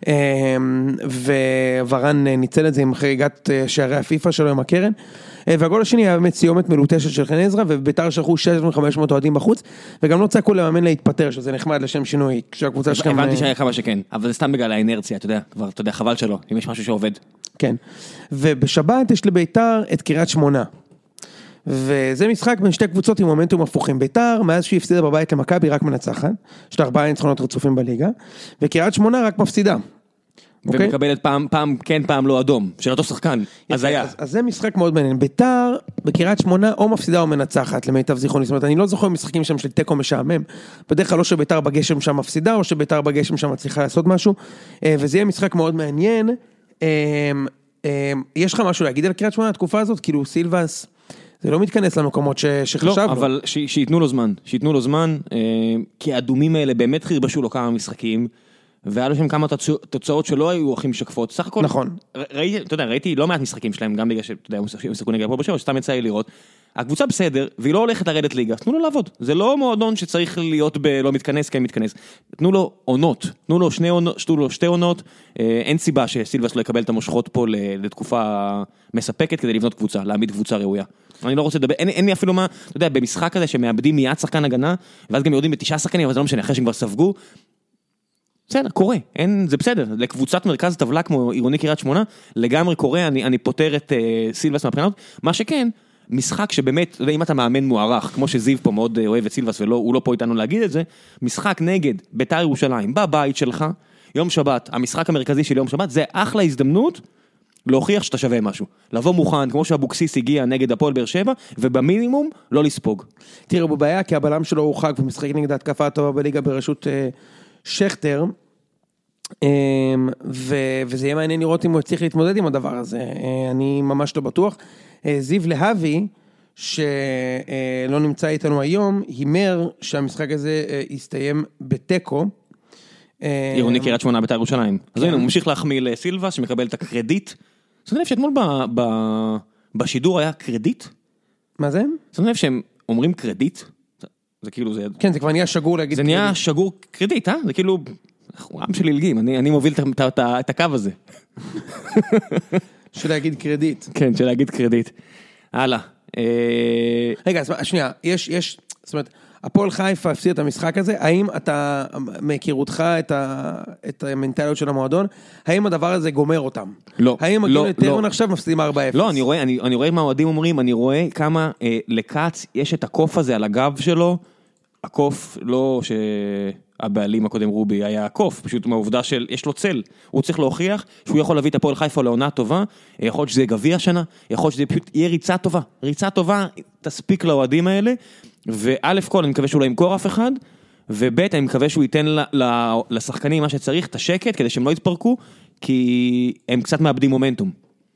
וורן ניצל את זה עם חריגת שערי הפיפה שלו עם הקרן, והגול השני היה באמת סיומת מלוטשת של חן עזרא, וביתר שלחו ששת אלפים וחמש מאות אוהדים בחוץ, וגם לא צעקו למאמן להתפטר, שזה נחמד לשם שינוי, כשהקבוצה שלכם... הבנתי שהיה כמה שכן, אבל זה סתם בגלל האנרציה, אתה יודע, כבר, אתה יודע, חבל שלו, אם יש משהו שעובד. כן, ובשבת יש לביתר את קריית שמונה, וזה משחק בין שתי קבוצות עם מומנטום הפוכים, ביתר, מאז שהיא הפסידה בבית למכבי, רק מנצחת, יש לה ארבעה ניצחונות רצופים בליגה, וקריית שמונה רק מפסידה. ומקבלת פעם, פעם כן, פעם לא אדום, של אותו שחקן, אז היה. אז זה משחק מאוד מעניין, ביתר בקריית שמונה או מפסידה או מנצחת, למיטב זיכרוני, זאת אומרת, אני לא זוכר משחקים שם של טקו משעמם, בדרך כלל לא שביתר בגשם שם מפסידה, או שביתר בגשם שם מצליחה לעשות משהו, וזה יהיה משחק מאוד מעניין. יש לך משהו להגיד על קריית שמונה, התקופה הזאת, כאילו סילבס, זה לא מתכנס למקומות שחשבנו. לא, אבל שיתנו לו זמן, שיתנו לו זמן, כי האדומים האלה באמת חרבשו לו כמה משחקים, והיה לו שם כמה תוצאות שלא היו הכי משקפות, סך הכל, נכון. ראיתי, אתה יודע, ראיתי לא מעט משחקים שלהם, גם בגלל שאתה יודע, הם משחקו נגד פה בשבוע, שסתם יצא לי לראות, הקבוצה בסדר, והיא לא הולכת לרדת ליגה, תנו לו לעבוד, זה לא מועדון שצריך להיות בלא מתכנס, כן מתכנס, תנו לו עונות, תנו לו שני עונות, תנו לו שתי עונות, אין סיבה שסילבס לא יקבל את המושכות פה לתקופה מספקת, כדי לבנות קבוצה, להעמיד קבוצה ראויה. אני לא רוצה לדבר, אין, אין לי אפילו מה, אתה יודע, במשחק הזה שמאבדים מיד שחקן הגנה, ואז גם יורדים בתשעה שחקנים, אבל זה לא משנה, אחרי שהם כבר ספגו, בסדר, קורה, אין, זה בסדר, לקבוצת מרכז טבלה כמו עירוני קריית שמונה, לגמרי קורה, אני, אני פותר את uh, סילבס מהבחינות, מה שכן, משחק שבאמת, אתה יודע, אם אתה מאמן מוערך, כמו שזיו פה מאוד אוהב את סילבס, והוא לא פה איתנו להגיד את זה, משחק נגד ביתר ירושלים, בבית שלך, יום שבת, המשחק המרכזי של יום שבת, זה אחלה הזדמנות, להוכיח שאתה שווה משהו, לבוא מוכן, כמו שאבוקסיס הגיע נגד הפועל באר שבע, ובמינימום לא לספוג. תראה, בבעיה, כי הבלם שלו הוא חג, ומשחק נגד התקפה הטובה בליגה בראשות שכטר, וזה יהיה מעניין לראות אם הוא יצליח להתמודד עם הדבר הזה, אני ממש לא בטוח. זיו להבי, שלא נמצא איתנו היום, הימר שהמשחק הזה יסתיים בטקו. עירוני קריית שמונה ביתר ירושלים. אז הנה, הוא ממשיך להחמיא לסילבה, שמקבל את הקרדיט. זאת אומרת שאתמול בשידור היה קרדיט? מה זה? זאת אומרת שהם אומרים קרדיט? זה כאילו זה... כן, זה כבר נהיה שגור להגיד קרדיט. זה נהיה שגור קרדיט, אה? זה כאילו... הוא עם של ילגים, אני, אני מוביל את, את, את הקו הזה. של להגיד קרדיט. כן, של להגיד קרדיט. הלאה. רגע, אז שנייה, יש, יש, זאת אומרת, הפועל חיפה הפסיד את המשחק הזה, האם אתה, מהיכרותך את, את המנטליות של המועדון, האם הדבר הזה גומר אותם? לא. האם מגיעים לטרון עכשיו מפסידים ארבע אפס? לא, אני רואה, אני, אני רואה מה האוהדים אומרים, אני רואה כמה אה, לקץ יש את הקוף הזה על הגב שלו, הקוף לא ש... הבעלים הקודם רובי היה הקוף, פשוט מהעובדה של, יש לו צל, הוא צריך להוכיח שהוא יכול להביא את הפועל חיפה לעונה טובה, יכול להיות שזה גביע השנה, יכול להיות שזה פשוט יהיה ריצה טובה, ריצה טובה תספיק לאוהדים האלה, וא' כל אני מקווה שהוא לא ימכור אף אחד, וב' אני מקווה שהוא ייתן לשחקנים מה שצריך, את השקט, כדי שהם לא יתפרקו, כי הם קצת מאבדים מומנטום.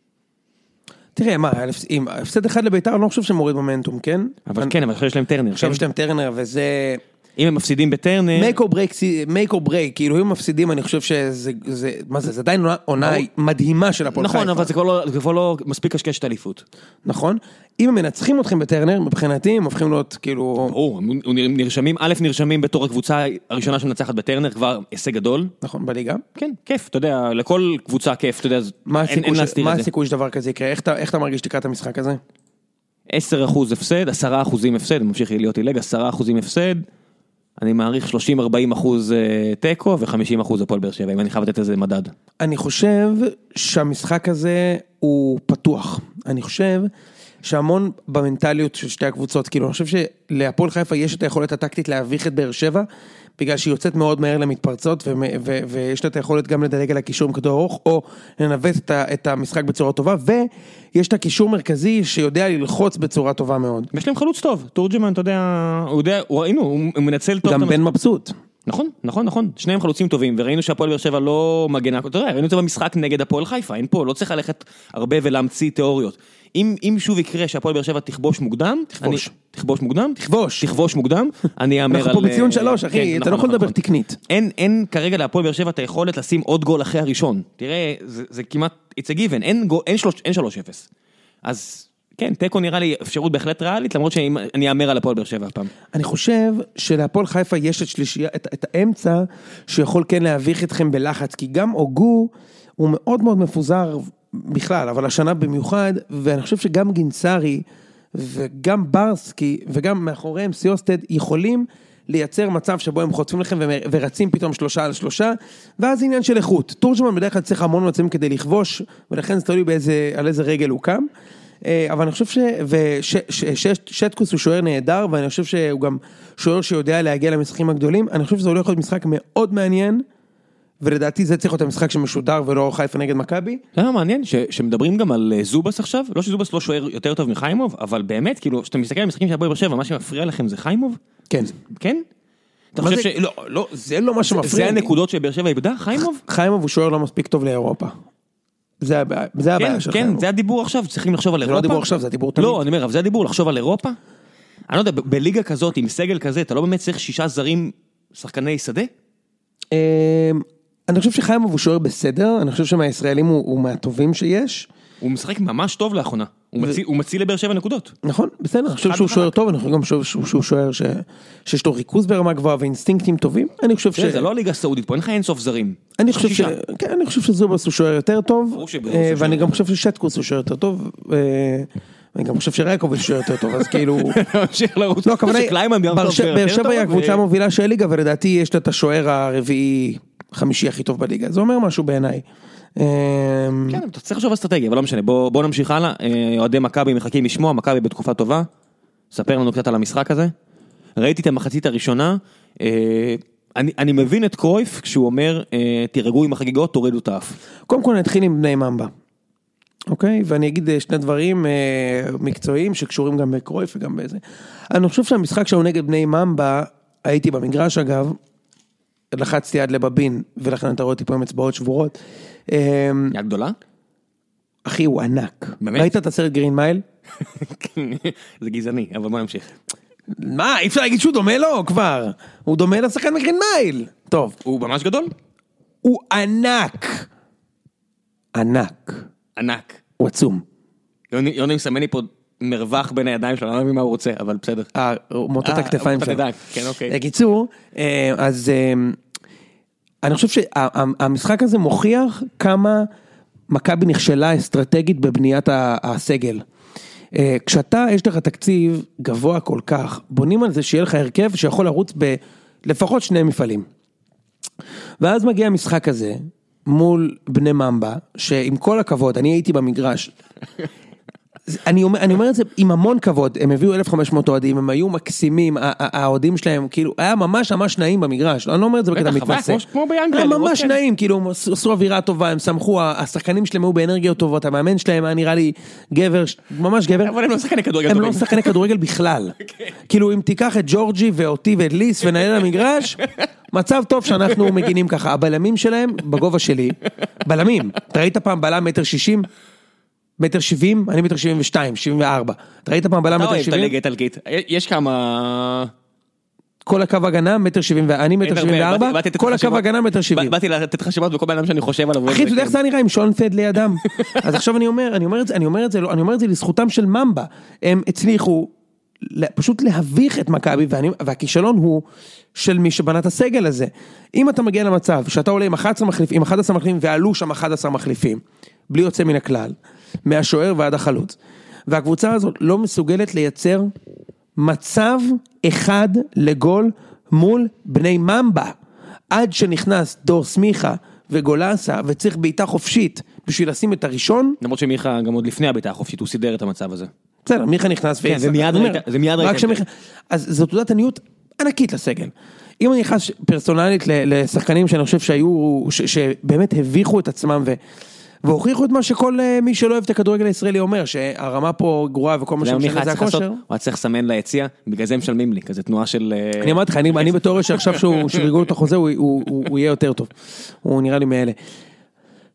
תראה, מה, אם הפסד אחד לביתר, אני לא חושב שמוריד מומנטום, כן? אבל כן, אבל עכשיו יש להם טרנר. עכשיו יש להם טרנר, וזה... אם הם מפסידים בטרנר... make or break, make or break, כאילו אם הם מפסידים, אני חושב שזה, זה, מה זה, זה עדיין עונה מדהימה של הפועל חיפה. נכון, אבל זה כבר לא, זה כבר לא מספיק קשקשת אליפות. נכון. אם הם מנצחים אתכם בטרנר, מבחינתי, הם הופכים להיות כאילו... ברור, הם נרשמים, א' נרשמים בתור הקבוצה הראשונה שמנצחת בטרנר, כבר הישג גדול. נכון, בליגה. כן, כיף, אתה יודע, לכל קבוצה כיף, אתה יודע, אין להסתיר את זה. מה הסיכוי שדבר כזה יקרה? איך אתה מרגיש לקראת המשחק הזה? עשרה אחוז הפסד, עשרה אחוזים הפסד, ממשיך להיות אילג, עשרה אחוזים הפסד. אני מעריך שלושים ארבעים אחוז טקו ו-חמישים אחוז הפועל באר שבע, אם אני חייב לתת איזה מדד. אני חושב שהמשחק הזה הוא פתוח. אני חושב שהמון במנטליות של שתי הקבוצות, כאילו אני חושב שלהפועל חיפה יש את היכולת הטקטית להביך את באר שבע, בגלל שהיא יוצאת מאוד מהר למתפרצות, ויש לה את היכולת גם לדלג על הקישור עם כדור ארוך, או לנווט את המשחק בצורה טובה, ויש את הקישור מרכזי שיודע ללחוץ בצורה טובה מאוד. יש להם חלוץ טוב, תורג'מן, אתה יודע, הוא יודע, ראינו, הוא מנצל טוב. גם בן מבסוט. נכון, נכון, נכון, שניהם חלוצים טובים, וראינו שהפועל באר שבע לא מגנה, אתה יודע, ראינו את זה במשחק נגד הפועל חיפה, אין פה, לא צריך ללכת הרבה ולהמציא תיאוריות. אם, אם שוב יקרה שהפועל באר שבע תכבוש מוקדם, תכבוש. אני, תכבוש מוקדם? תכבוש. תכבוש מוקדם, אני אאמר על... אנחנו פה בציון שלוש, אחי, כן, אתה נכון, לא יכול נכון, לדבר נכון. תקנית. אין, אין כרגע להפועל באר שבע את היכולת לשים עוד גול אחרי הראשון. תראה, זה, זה כמעט, it's a given, אין, גול, אין, שלוש, אין שלוש אפס. אז כן, טקו נראה לי אפשרות בהחלט ריאלית, למרות שאני אאמר על הפועל באר שבע הפעם. אני חושב שלהפועל חיפה יש את שלישייה, את, את האמצע, שיכול כן להביך אתכם בלחץ, כי גם אוגו הוא מאוד מאוד מפוזר בכלל, אבל השנה במיוחד, ואני חושב שגם גינסרי, וגם ברסקי, וגם מאחוריהם סיוסטד, יכולים לייצר מצב שבו הם חוטפים לכם ורצים פתאום שלושה על שלושה, ואז עניין של איכות. תורג'מן בדרך כלל צריך המון מצבים כדי לכבוש, ולכן זה תלוי באיזה, על איזה רגל הוא קם. אבל אני חושב ש... ושטקוס הוא שוער נהדר, ואני חושב שהוא גם שוער שיודע להגיע למשחקים הגדולים. אני חושב שזה הולך להיות משחק מאוד מעניין, ולדעתי זה צריך להיות המשחק שמשודר ולא חיפה נגד מכבי. זה מעניין, שמדברים גם על זובס עכשיו, לא שזובס לא שוער יותר טוב מחיימוב, אבל באמת, כאילו, שאתה מסתכל על המשחקים של הפועל באר שבע, מה שמפריע לכם זה חיימוב? כן. כן? אתה חושב ש... לא, לא, זה לא מה שמפריע. זה הנקודות שבאר שבע איבדה, חיימוב? חיימוב הוא שוער לא מספיק טוב לאירופה. זה הבעיה, זה הבעיה של חיימוב. כן, זה הדיבור עכשיו, צריכים לחשוב על אירופה. זה לא הדיבור עכשיו, זה הדיבור תמיד. לא, אני אומר, אבל זה הדיבור, לחשוב על אירופה? אני לא יודע, בליגה כזאת, עם סגל כזה, אתה לא באמת צריך שישה זרים שחקני שדה? אני חושב שחיימוב הוא שוער בסדר, אני חושב שמהישראלים הוא מהטובים שיש. הוא משחק ממש טוב לאחרונה, הוא מציל לבאר שבע נקודות. נכון, בסדר, אני חושב שהוא שוער טוב, אני חושב גם שהוא שוער שיש לו ריכוז ברמה גבוהה ואינסטינקטים טובים. אני חושב ש... זה לא ליגה סעודית פה, אין לך אין סוף זרים. אני חושב ש... כן, אני חושב שזובס הוא שוער יותר טוב, ואני גם חושב ששטקוס הוא שוער יותר טוב, אני גם חושב שרייקוב הוא שוער יותר טוב, אז כאילו... לא, הכוונה, באר שבע היא הקבוצה המובילה של הליגה, ולדעתי יש לה את השוער הרביעי חמישי הכי טוב בליגה, זה אומר משהו בעיניי. כן, אתה צריך לחשוב אסטרטגיה, אבל לא משנה, בוא נמשיך הלאה, אוהדי מכבי מחכים לשמוע, מכבי בתקופה טובה, ספר לנו קצת על המשחק הזה, ראיתי את המחצית הראשונה, אני מבין את קרויף כשהוא אומר, תירגעו עם החגיגות, תורידו את האף. קודם כל נתחיל עם בני ממבה, אוקיי? ואני אגיד שני דברים מקצועיים שקשורים גם בקרויף וגם בזה. אני חושב שהמשחק שלנו נגד בני ממבה, הייתי במגרש אגב, לחצתי עד לבבין, ולכן אתה רואה אותי פה עם אצבעות שבורות. יד גדולה? אחי, הוא ענק. ראית את הסרט גרין מייל? זה גזעני, אבל בוא נמשיך. מה, אי אפשר להגיד שהוא דומה לו כבר. הוא דומה לשחקן מגרין מייל. טוב. הוא ממש גדול? הוא ענק. ענק. ענק. הוא עצום. יוני מסמן לי פה מרווח בין הידיים שלו, אני לא מבין מה הוא רוצה, אבל בסדר. אה, הוא מוטות הכתפיים שלו. כן, אוקיי. בקיצור, אז אני חושב שהמשחק הזה מוכיח כמה מכבי נכשלה אסטרטגית בבניית הסגל. כשאתה, יש לך תקציב גבוה כל כך, בונים על זה שיהיה לך הרכב שיכול לרוץ בלפחות שני מפעלים. ואז מגיע המשחק הזה, מול בני ממבה, שעם כל הכבוד, אני הייתי במגרש, אני אומר, אני אומר את זה עם המון כבוד, הם הביאו אלף וחמש מאות אוהדים, הם היו מקסימים, האוהדים שלהם, כאילו, היה ממש ממש נעים במגרש, אני לא אומר את זה בקטע מתנשא. כמו באנגליה. היה ממש נעים, כאילו, הם עשו אווירה טובה, הם שמחו, השחקנים שלהם היו באנרגיות טובות, המאמן שלהם היה נראה לי גבר, ממש גבר. אבל הם לא שחקני כדורגל טובים. הם לא שחקני כדורגל בכלל. כאילו, אם תיקח את ג'ורג'י ואותי ואת ליס ונעלה למגרש, מצב טוב שאנחנו מגינים ככה. הבלמים שלהם, בגובה שלי, בלמים. אתה ראית פעם בלם מטר שישים? מטר שבעים, אני מטר שבעים ושתיים, שבעים וארבע. אתה ראית פעם בלם מטר שבעים? אתה אוהב את הליגה איטלקית. יש כמה... כל הקו הגנה, מטר שבעים, ואני מטר שבעים וארבע, כל הקו הגנה מטר שבעים. באתי לתת לך שמות בכל בן אדם שאני חושב עליו. אחי, אתה יודע איך זה נראה עם שון פד לידם? אז עכשיו אני אומר, אני אומר את זה, אני אומר את זה, אני אומר את זה לזכותם של ממבה. הם הצליחו פשוט להביך את מכבי, והכישלון הוא של מי שבנה את הסגל הזה. אם אתה מגיע למצב שאתה עולה עם אחד עשר מחליפים, אחד עשר מחליפים, ועלו שם אחד עשר מחליפים, בלי יוצא מן הכלל, מהשוער ועד החלוץ. והקבוצה הזאת לא מסוגלת לייצר מצב אחד לגול מול בני ממבה. עד שנכנס דור סמיכה וגולסה, וצריך בעיטה חופשית בשביל לשים את הראשון. למרות שמיכה גם עוד לפני הבעיטה החופשית, הוא סידר את המצב הזה. בסדר, מיכה נכנס. כן, זה מיד ראית. זה מיד ראית. אז זו תעודת עניות ענקית לסגל. אם אני נכנס פרסונלית לשחקנים שאני חושב שהיו, שבאמת הביכו את עצמם ו... והוכיחו את מה שכל מי שלא אוהב את הכדורגל הישראלי אומר, שהרמה פה גרועה וכל מה שמשנה זה הכושר. הוא צריך לסמן ליציע, בגלל זה משלמים לי, כזה תנועה של... אני אמרתי לך, אני בתיאוריה שעכשיו שהוא שריגו את החוזה, הוא יהיה יותר טוב. הוא נראה לי מאלה.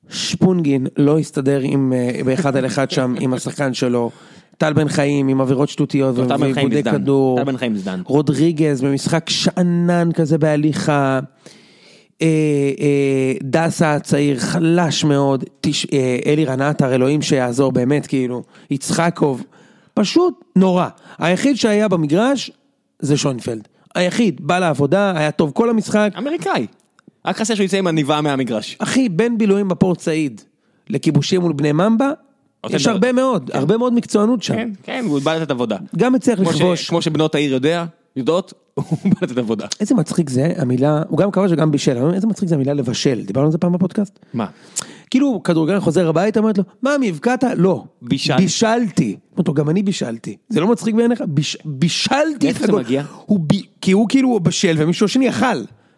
שפונגין לא הסתדר עם, באחד על אחד שם, עם השחקן שלו, טל בן חיים עם עבירות שטותיות ועיבודי כדור, טל בן חיים זדן. רודריגז במשחק שענן כזה בהליכה, אה, אה, דסה הצעיר חלש מאוד, תש, אה, אלי רנטר, אלוהים שיעזור באמת, כאילו, יצחקוב, פשוט נורא. היחיד שהיה במגרש זה שוינפלד. היחיד, בא לעבודה, היה טוב כל המשחק. אמריקאי. רק חסר שהוא יצא עם עניבה מהמגרש. אחי, בין בילויים בפורט סעיד לכיבושים מול בני ממבה, יש הרבה מאוד, הרבה מאוד מקצוענות שם. כן, כן, הוא בא לתת עבודה. גם הצליח לכבוש. כמו שבנות העיר יודע, יודעות, הוא בא לתת עבודה. איזה מצחיק זה, המילה, הוא גם כבש וגם בישל, איזה מצחיק זה המילה לבשל, דיברנו על זה פעם בפודקאסט? מה? כאילו, כדורגלן חוזר הביתה, אומרת לו, מה, מבקעת? לא. בישלתי. גם אני בישלתי. זה לא מצחיק בעיניך? בישלתי את הגול. כי הוא כאילו בשל, ומישהו השני אכל.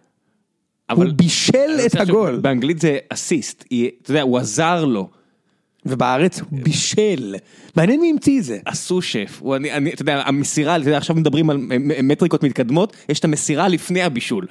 הוא בישל את הגול. באנגלית זה אסיסט, אתה יודע, הוא עזר לו. ובארץ הוא בישל. מעניין מי המציא זה. עשו שף. אתה יודע, המסירה, אתה יודע, עכשיו מדברים על מטריקות מתקדמות, יש את המסירה לפני הבישול.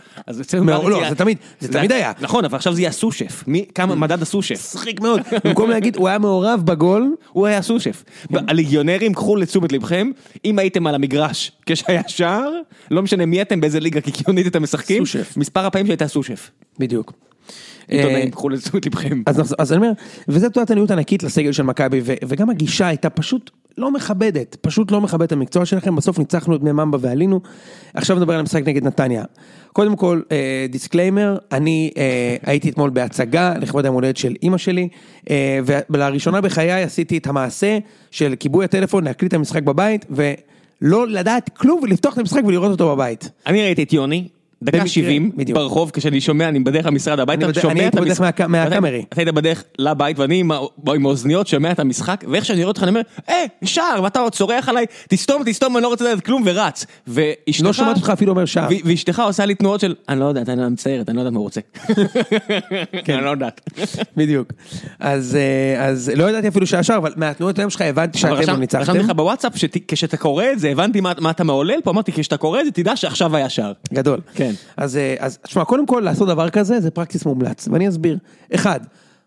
לא, זה תמיד, זה תמיד היה. נכון, אבל עכשיו זה יהיה עשו שף. כמה מדד עשו שף? שחיק מאוד. במקום להגיד, הוא היה מעורב בגול, הוא היה עשו שף. הליגיונרים, קחו לתשומת לבכם, אם הייתם על המגרש כשהיה שער, לא משנה מי אתם, באיזה ליגה קיקיונית אתם משחקים, מספר הפעמים שהייתה עשו שף. בדיוק. עיתונאים, קחו לתשומת לבכם. אז אני אומר, וזו תעודת עניות ענקית לסגל של מכבי, וגם הגישה הייתה פשוט לא מכבדת, פשוט לא מכבדת המקצוע שלכם, בסוף ניצחנו את בני ממבה ועלינו, עכשיו נדבר על המשחק נגד נתניה. קודם כל, דיסקליימר, אני הייתי אתמול בהצגה, לכבוד יום הולדת של אמא שלי, ולראשונה בחיי עשיתי את המעשה של כיבוי הטלפון, להקליט את המשחק בבית, ולא לדעת כלום, ולפתוח את המשחק ולראות אותו בבית. אני ראיתי את יוני, דקה שבעים ברחוב, כשאני שומע, אני בדרך למשרד הביתה, אני הייתי בדרך מהקאמרי. אתה היית בדרך לבית, ואני עם האוזניות שומע את המשחק, ואיך שאני רואה אותך, אני אומר, אה, שער, ואתה עוד צורח עליי, תסתום, תסתום, אני לא רוצה לדעת כלום, ורץ. לא שמעת אותך אפילו אומר שער. ואשתך עושה לי תנועות של, אני לא יודעת, אני מצערת, אני לא יודעת מה הוא רוצה. אני לא יודעת. בדיוק. אז לא ידעתי אפילו שהשער, אבל מהתנועות היום שלך הבנתי שאתם לא ניצחתם. רשמתי לך בוואטסאפ, כשאתה קורא את זה, הבנתי מה אתה מעולל, פה אמרתי, כשאתה קורא את זה, תדע שעכשיו היה שער. גדול. כן. אז, אז, תשמע, קודם כל, לעשות דבר כזה, זה פרקטיס מומלץ, ואני אסביר. אחד,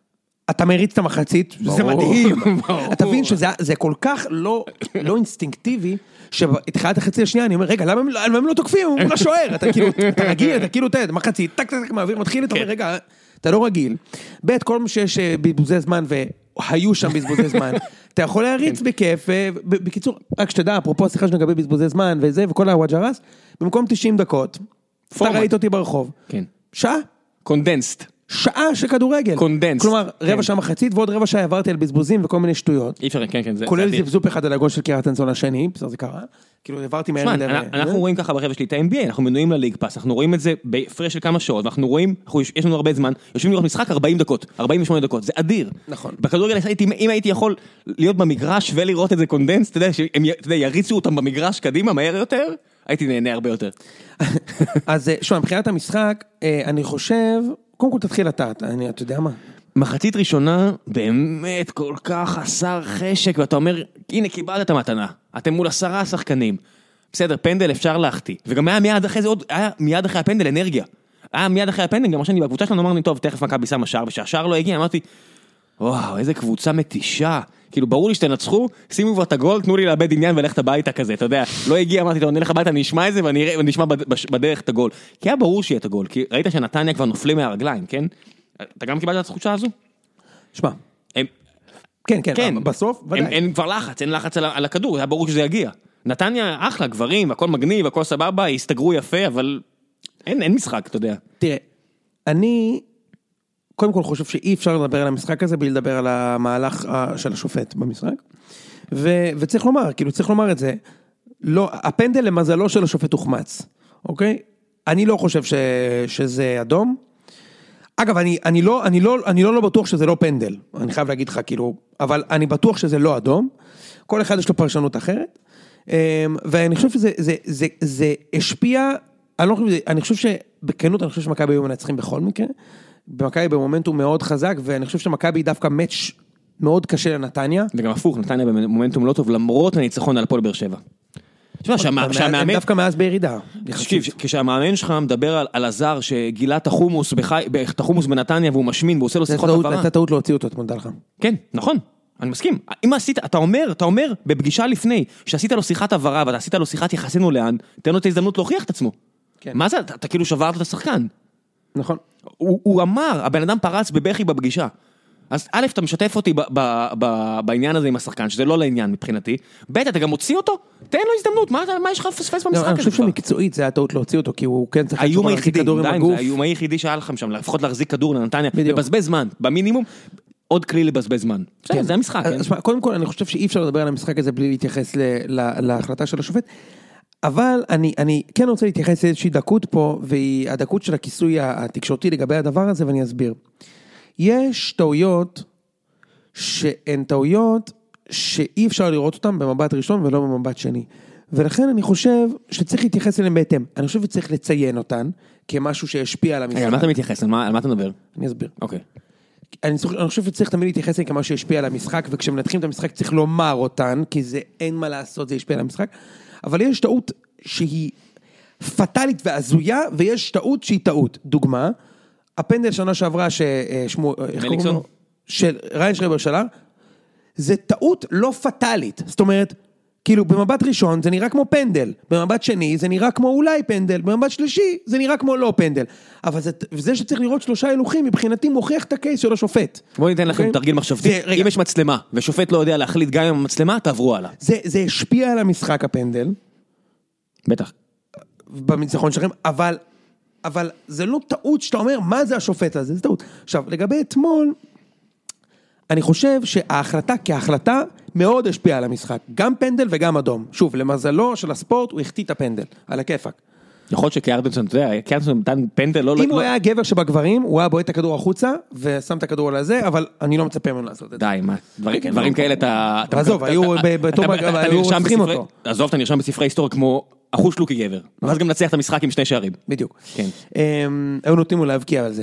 אתה מריץ את המחצית, זה מדהים. אתה מבין שזה כל כך לא, לא אינסטינקטיבי, שהתחילת החצי השנייה, אני אומר, רגע, למה הם, הם לא תוקפים? הוא לא שוער, אתה כאילו, אתה רגיל, אתה כאילו, תד, מחצית, טק, טק, טק, מעביר, מתחיל, אתה אומר, רגע, אתה לא רגיל. בית, כל מה שיש בזבוזי זמן, והיו שם בזבוזי זמן, אתה יכול להריץ בכיף, בקיצור, רק שתדע, אפרופו השיחה שנגבי בזבוזי זמן, וזה, וכל הוואג'רס, במקום תשעים דקות, אתה ראית אותי ברחוב. כן. שעה? קונדנסט. שעה של כדורגל. קונדנסט. כלומר, רבע שעה מחצית, ועוד רבע שעה עברתי על בזבוזים וכל מיני שטויות. אי אפשר, כן, כן. כולל זבזופ אחד על הגול של קירת אנסון השני, בסדר זה קרה. כאילו, עברתי מהר מדי. אנחנו רואים ככה ברבע שלי את ה-אן בי איי, אנחנו מנויים לליג פאס, אנחנו רואים את זה בהפרש של כמה שעות, ואנחנו רואים, יש לנו הרבה זמן, יושבים לראות משחק ארבעים דקות, ארבעים ושמונה דקות, זה אדיר. נכון. בכדורגל, אם הייתי יכול להיות במגרש ולראות את זה קונדנס, אתה יודע, שהם יריצו אותם במגרש קדימה מהר יותר, הייתי נהנה הרבה יותר. אז שוב, מבחינת המשחק, אני חושב, קודם כל תתחיל אתה, אני, אתה יודע מה? מחצית ראשונה, באמת כל כך חסר חשק, ואתה אומר, הנה קיבלת את המתנה, אתם מול עשרה שחקנים, בסדר, פנדל אפשר להחטיא, וגם היה מיד אחרי זה עוד, היה מיד אחרי הפנדל אנרגיה, היה מיד אחרי הפנדל, גם שאני בקבוצה שלנו אמרנו, טוב, תכף מכבי שמה שער, ושהשער לא הגיע, אמרתי, וואו, איזה קבוצה מתישה, כאילו ברור לי שתנצחו, שימו כבר את הגול, תנו לי לאבד עניין ולכת הביתה כזה, אתה יודע, לא הגיע, אמרתי, אני אלך הביתה, אני אשמע את זה ואני אשמע בדרך את הגול, כי היה ברור שיהיה את הגול, כי ראית שנתניה כבר נופלים מהרגליים, כן? אתה גם קיבלת את התחושה הזו? שמע, כן, כן, בסוף, ודאי. אין כבר לחץ, אין לחץ על הכדור, היה ברור שזה יגיע. נתניה אחלה, גברים, הכל מגניב, הכל סבבה, הסתגרו יפה, אבל אין משחק, אתה יודע. תראה, אני קודם כל חושב שאי אפשר לדבר על המשחק הזה, בלי לדבר על המהלך של השופט במשחק, וצריך לומר, כאילו צריך לומר את זה, לא, הפנדל למזלו של השופט הוחמץ, אוקיי? אני לא חושב שזה אדום, אגב, אני, אני לא, אני לא, אני לא, לא בטוח שזה לא פנדל, אני חייב להגיד לך, כאילו, אבל אני בטוח שזה לא אדום, כל אחד יש לו פרשנות אחרת, ואני חושב שזה, זה, זה, זה השפיע, אני לא חושב, אני חושב שבכנות, אני חושב שמכבי היו מנצחים בכל מקרה, במכבי במומנטום מאוד חזק, ואני חושב שמכבי דווקא מאץ' מאוד קשה לנתניה. וגם הפוך, נתניה במומנטום לא טוב, למרות הניצחון על הפועל באר שבע. הם דווקא מאז בירידה. כשהמאמן שלך מדבר על הזר שגילה את החומוס בנתניה והוא משמין והוא עושה לו שיחות עברה. זה טעות להוציא אותו, תמודה לך. כן, נכון. אני מסכים. אם עשית, אתה אומר, אתה אומר, בפגישה לפני, שעשית לו שיחת עברה, ואתה עשית לו שיחת יחסינו לאן, תן לו את ההזדמנות להוכיח את עצמו. מה זה? אתה כאילו שברת את השחקן. נכון. הוא אמר, הבן אדם פרץ בבכי בפגישה. אז א', אתה משתף אותי בעניין הזה עם השחקן, שזה לא לעניין מבחינתי. ב', אתה גם מוציא אותו? תן לו הזדמנות, מה יש לך לפספס במשחק הזה? אני חושב שמקצועית זה היה טעות להוציא אותו, כי הוא כן צריך לשמור להחזיק כדור עם הגוף. האיום היחידי שהיה לכם שם, לפחות להחזיק כדור לנתניה, לבזבז זמן, במינימום. עוד כלי לבזבז זמן. זה המשחק. קודם כל, אני חושב שאי אפשר לדבר על המשחק הזה בלי להתייחס להחלטה של השופט, אבל אני כן רוצה להתייחס לאיזושהי דקות פה, והיא הדקות של הכיסוי התקשורתי לגבי הדבר הזה, ואני אסביר. יש טעויות שהן טעויות שאי אפשר לראות אותן במבט ראשון ולא במבט שני. ולכן אני חושב שצריך להתייחס אליהם בהתאם. אני חושב שצריך לציין אותן כמשהו שהשפיע על המשחק. על מה אתה מתייחס? על מה אתה מדבר? אני אסביר. אוקיי. אני חושב שצריך תמיד להתייחס כמה שהשפיע על המשחק, וכשמנתחים את המשחק צריך לומר אותן, כי זה אין מה לעשות, זה ישפיע על המשחק, אבל יש טעות שהיא פטלית ועזויה, ויש טעות שהיא טעות. דוגמה, הפנדל שנה שעברה ששמו, של ריין שרבר שלה, זה טעות לא פטלית, זאת אומרת, כאילו במבט ראשון זה נראה כמו פנדל, במבט שני זה נראה כמו אולי פנדל, במבט שלישי זה נראה כמו לא פנדל, אבל זה, זה שצריך לראות שלושה הילוכים, מבחינתי מוכיח את הקייס של השופט. בואו ניתן לכם תרגיל מחשבתי, אם יש מצלמה, ושופט לא יודע להחליט גם עם המצלמה, תעברו הלאה. זה, זה השפיע על המשחק הפנדל. בטח. בניצחון שלכם, אבל, אבל זה לא טעות שאתה אומר, מה זה השופט הזה? זה טעות. עכשיו, לגבי אתמול, אני חושב שההחלטה כהחלטה מאוד השפיעה על המשחק, גם פנדל וגם אדום. שוב, למזלו של הספורט הוא החטיא את הפנדל, על הכיפק. יכול להיות שקיארטנסון, אתה יודע, קיארטנסון נתן פנדל, לא... אם הוא היה גבר שבגברים, הוא היה בועט את הכדור החוצה, ושם את הכדור על הזה, אבל אני לא מצפה ממנו לעשות את זה. די, מה? דברים כאלה אתה... עזוב, היו בתור מגרב, היו רוצחים אותו. עזוב, אתה נרשם בספרי היסטוריה כמו אחוז שלוקי גבר. ואז גם נצליח את המשחק עם שני שערים. בדיוק. היו נותנים לו להבקיע על זה.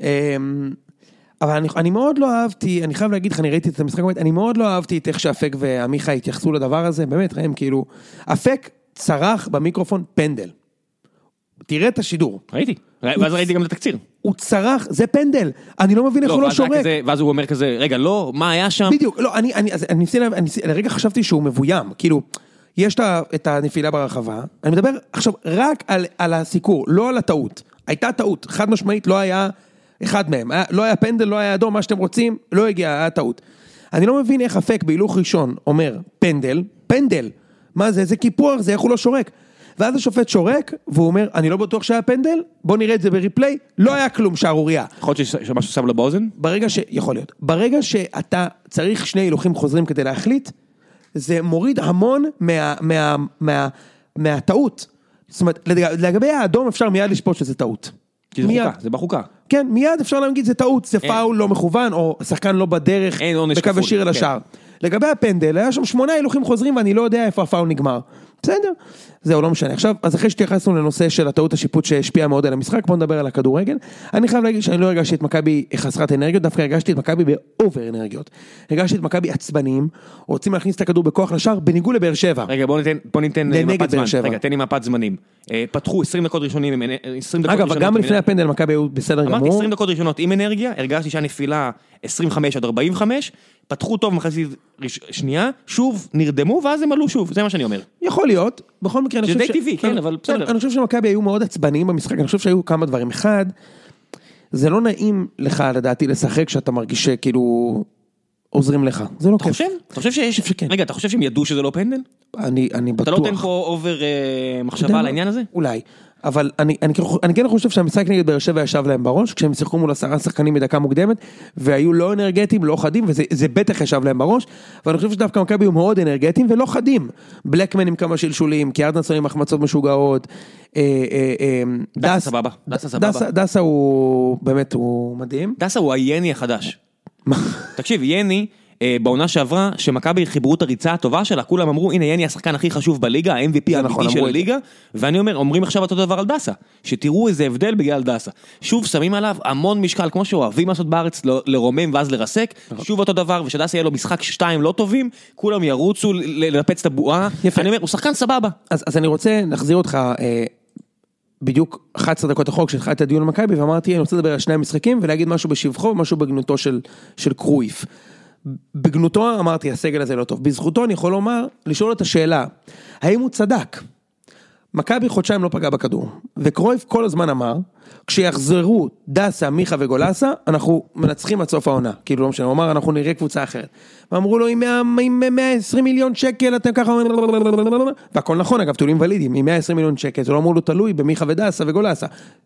אבל אני, אני מאוד לא אהבתי, אני חייב להגיד לך, אני ראיתי את המשחק, אני מאוד לא אהבתי את איך שאפק ועמיחה התייחסו לדבר הזה, באמת, ראם, כאילו, אפק צרח במיקרופון פנדל. תראה את השידור. ראיתי, ואז ראיתי גם את התקציר. הוא צרח, זה פנדל, אני לא מבין איך הוא לא שורק. ואז הוא אומר כזה, רגע, לא, מה היה שם? בדיוק, לא, אני, אני, אני, אני, לרגע חשבתי שהוא מבוים, כאילו, יש את הנפילה ברחבה, אני מדבר עכשיו רק על, על הסיקור, לא על הטעות. הייתה טעות, חד משמעית, לא היה אחד מהם, לא היה פנדל, לא היה אדום, מה שאתם רוצים, לא הגיע, היה טעות. אני לא מבין איך אפק בהילוך ראשון אומר, פנדל, פנדל, מה זה, זה כיפוח, זה איך הוא לא שורק. ואז השופט שורק, והוא אומר, אני לא בטוח שהיה פנדל, בוא נראה את זה בריפליי, לא היה כלום, שערוריה. יכול להיות שמשהו שם לו באוזן? ברגע ש... יכול להיות. ברגע שאתה צריך שני הילוכים חוזרים כדי להחליט, זה מוריד המון מה, מה, מה, מהטעות. זאת אומרת, לגבי האדום אפשר מיד לשפוט שזה טעות. כי זה חוקה, זה בחוקה. כן, מיד אפשר להגיד זה טעות, זה פאול לא מכוון, או שחקן לא בדרך, בקו ישיר אל השער. לגבי הפנדל, היה שם שמונה הילוכים חוזרים, ואני לא יודע איפה הפאול נגמר. בסדר, זהו, לא משנה. עכשיו, אז אחרי שתייחסנו לנושא של הטעות השיפוט שהשפיע מאוד על המשחק, בואו נדבר על הכדורגל. אני חייב להגיד שאני לא הרגשתי את מכבי חסרת אנרגיות, דווקא הרגשתי את מכבי באובר אנרגיות. הרגשתי את מכבי עצבניים, רוצים להכניס את הכדור בכוח לשער, בניגוד לבאר שבע. רגע, בואו ניתן, בוא ניתן מפת זמן. רגע, תן לי מפת זמנים. פתחו עשרים דקות ראשונים, עשרים דקות אגב, גם לפני הפנדל מכבי היו בסדר גמור. אמרתי עשרים דקות ראשונות עם אנרגיה, הרגשתי שהנפילה עשרים וחמש עד ארבעים וחמש, פתחו טוב מחצית שנייה, שוב נרדמו, ואז הם עלו שוב, זה מה שאני אומר. יכול להיות, בכל מקרה, זה די טבעי, כן, אבל בסדר. אני חושב שמכבי היו מאוד עצבניים במשחק, אני חושב שהיו כמה דברים. אחד, זה לא נעים לך, לדעתי, לשחק, שאתה מרגיש שכאילו עוזרים לך. זה לא כיף. אתה חושב? אתה חושב שיש... רגע, אתה חושב שהם ידעו שזה לא פנדל? אני, אני בטוח. אתה לא נותן פה אובר מחשבה על העניין הזה? אולי. אבל אני, אני, אני כן חושב שהמשחק נגד באר שבע ישב להם בראש, כשהם שיחקו מול עשרה שחקנים בדקה מוקדמת, והיו לא אנרגטיים, לא חדים, וזה זה בטח ישב להם בראש, ואני חושב שדווקא מכבי היו מאוד אנרגטיים ולא חדים. בלקמן עם כמה שלשולים, קיארטנסון עם החמצות משוגעות, דסה סבבה, דסה סבבה. דסה הוא, באמת, הוא מדהים. דסה הוא היני החדש. תקשיב, יני, בעונה שעברה, שמכבי חיברו את הריצה הטובה שלה, כולם אמרו, הנה יני השחקן הכי חשוב בליגה, ה-אם וי פי האמיתי של הליגה, ואני אומר, אומרים עכשיו אותו דבר על דסה, שתראו איזה הבדל בגלל דסה. שוב שמים עליו המון משקל, כמו שאוהבים לעשות בארץ, לרומם ואז לרסק, שוב אותו דבר, ושדסה יהיה לו משחק שתיים לא טובים, כולם ירוצו ללפץ את הבועה, אני אומר, הוא שחקן סבבה. אז אני רוצה להחזיר אותך בדיוק אחת עשרה דקות החוק שהתחלתי את הדיון למכבי, ואמרתי, אני רוצה לדבר על שני המשחקים, ולהגיד משהו בשבחו, ומשהו בגנותו של, של קרויף. בגנותו אמרתי, הסגל הזה לא טוב. בזכותו אני יכול לומר, לשאול את השאלה, האם הוא צדק? מכבי חודשיים לא פגע בכדור, וקרויף כל הזמן אמר, כשיחזרו דסה, מיכה וגולסה, אנחנו מנצחים עד סוף העונה. כאילו לא משנה, הוא אמר, אנחנו נראה קבוצה אחרת. ואמרו לו, עם מאה ועשרים מיליון שקל, אתם ככה... והכל נכון, אגב, תולים ולידים, עם מאה ועשרים מיליון שקל, זה לא אמרו לו תלוי במיכה ודסה וגולסה.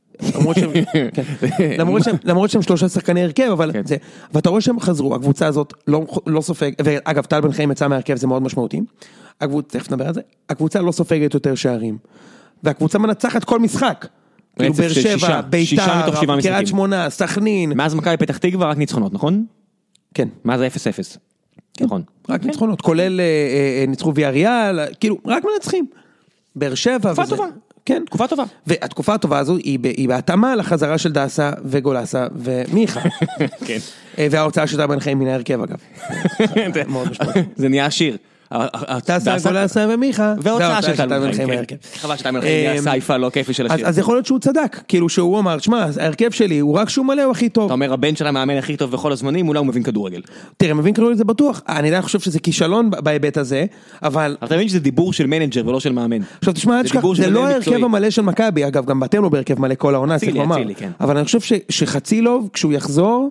למרות שהם שלושה שחקני הרכב, אבל זה... ואתה רואה שהם חזרו, הקבוצה הזאת לא סופג, ואגב, טל בן חיים יצא מהרכב, זה מאוד משמעותי. הקבוצה לא סופגת יותר שערים. והקבוצה מנצחת כל משחק. כאילו באר שבע, ביתר, קריית שמונה, סכנין. מאז מכבי פתח תקווה רק ניצחונות, נכון? כן. מאז ה-אפס אפס. נכון. רק ניצחונות, כולל ניצחו ויאריאל, כאילו, רק מנצחים. באר שבע. תקופה טובה. כן. תקופה טובה. והתקופה הטובה הזו היא בהתאמה לחזרה של דסה וגולסה ומיכה. כן. וההוצאה של טל בן חיים מן ההרכב, אגב. מאוד משמעות. זה נהיה עשיר. דסה, גולסה ומיכה. והוצאה של טל בן חיים. חבל שטל בן חיים נהיה סייפה לא כיפי של השיר. אז יכול להיות שהוא צדק, כאילו שהוא אמר, שמע, ההרכב שלי הוא רק שהוא מלא, הוא הכי טוב. אתה אומר, הבן של המאמן הכי טוב בכל הזמנים, אולי הוא מבין כדורגל. תראה, מבין כדורגל זה בטוח. אני עדיין חושב שזה כישלון בהיבט הזה, אבל... אתה מבין שזה דיבור של מנג'ר ולא של מאמן. עכשיו תשמע, זה לא ההרכב המלא של מכבי, אגב, גם אתם לא בהרכב מלא כל העונה, צריך לומר. אבל אני חושב שחצילוב, כשהוא יחזור,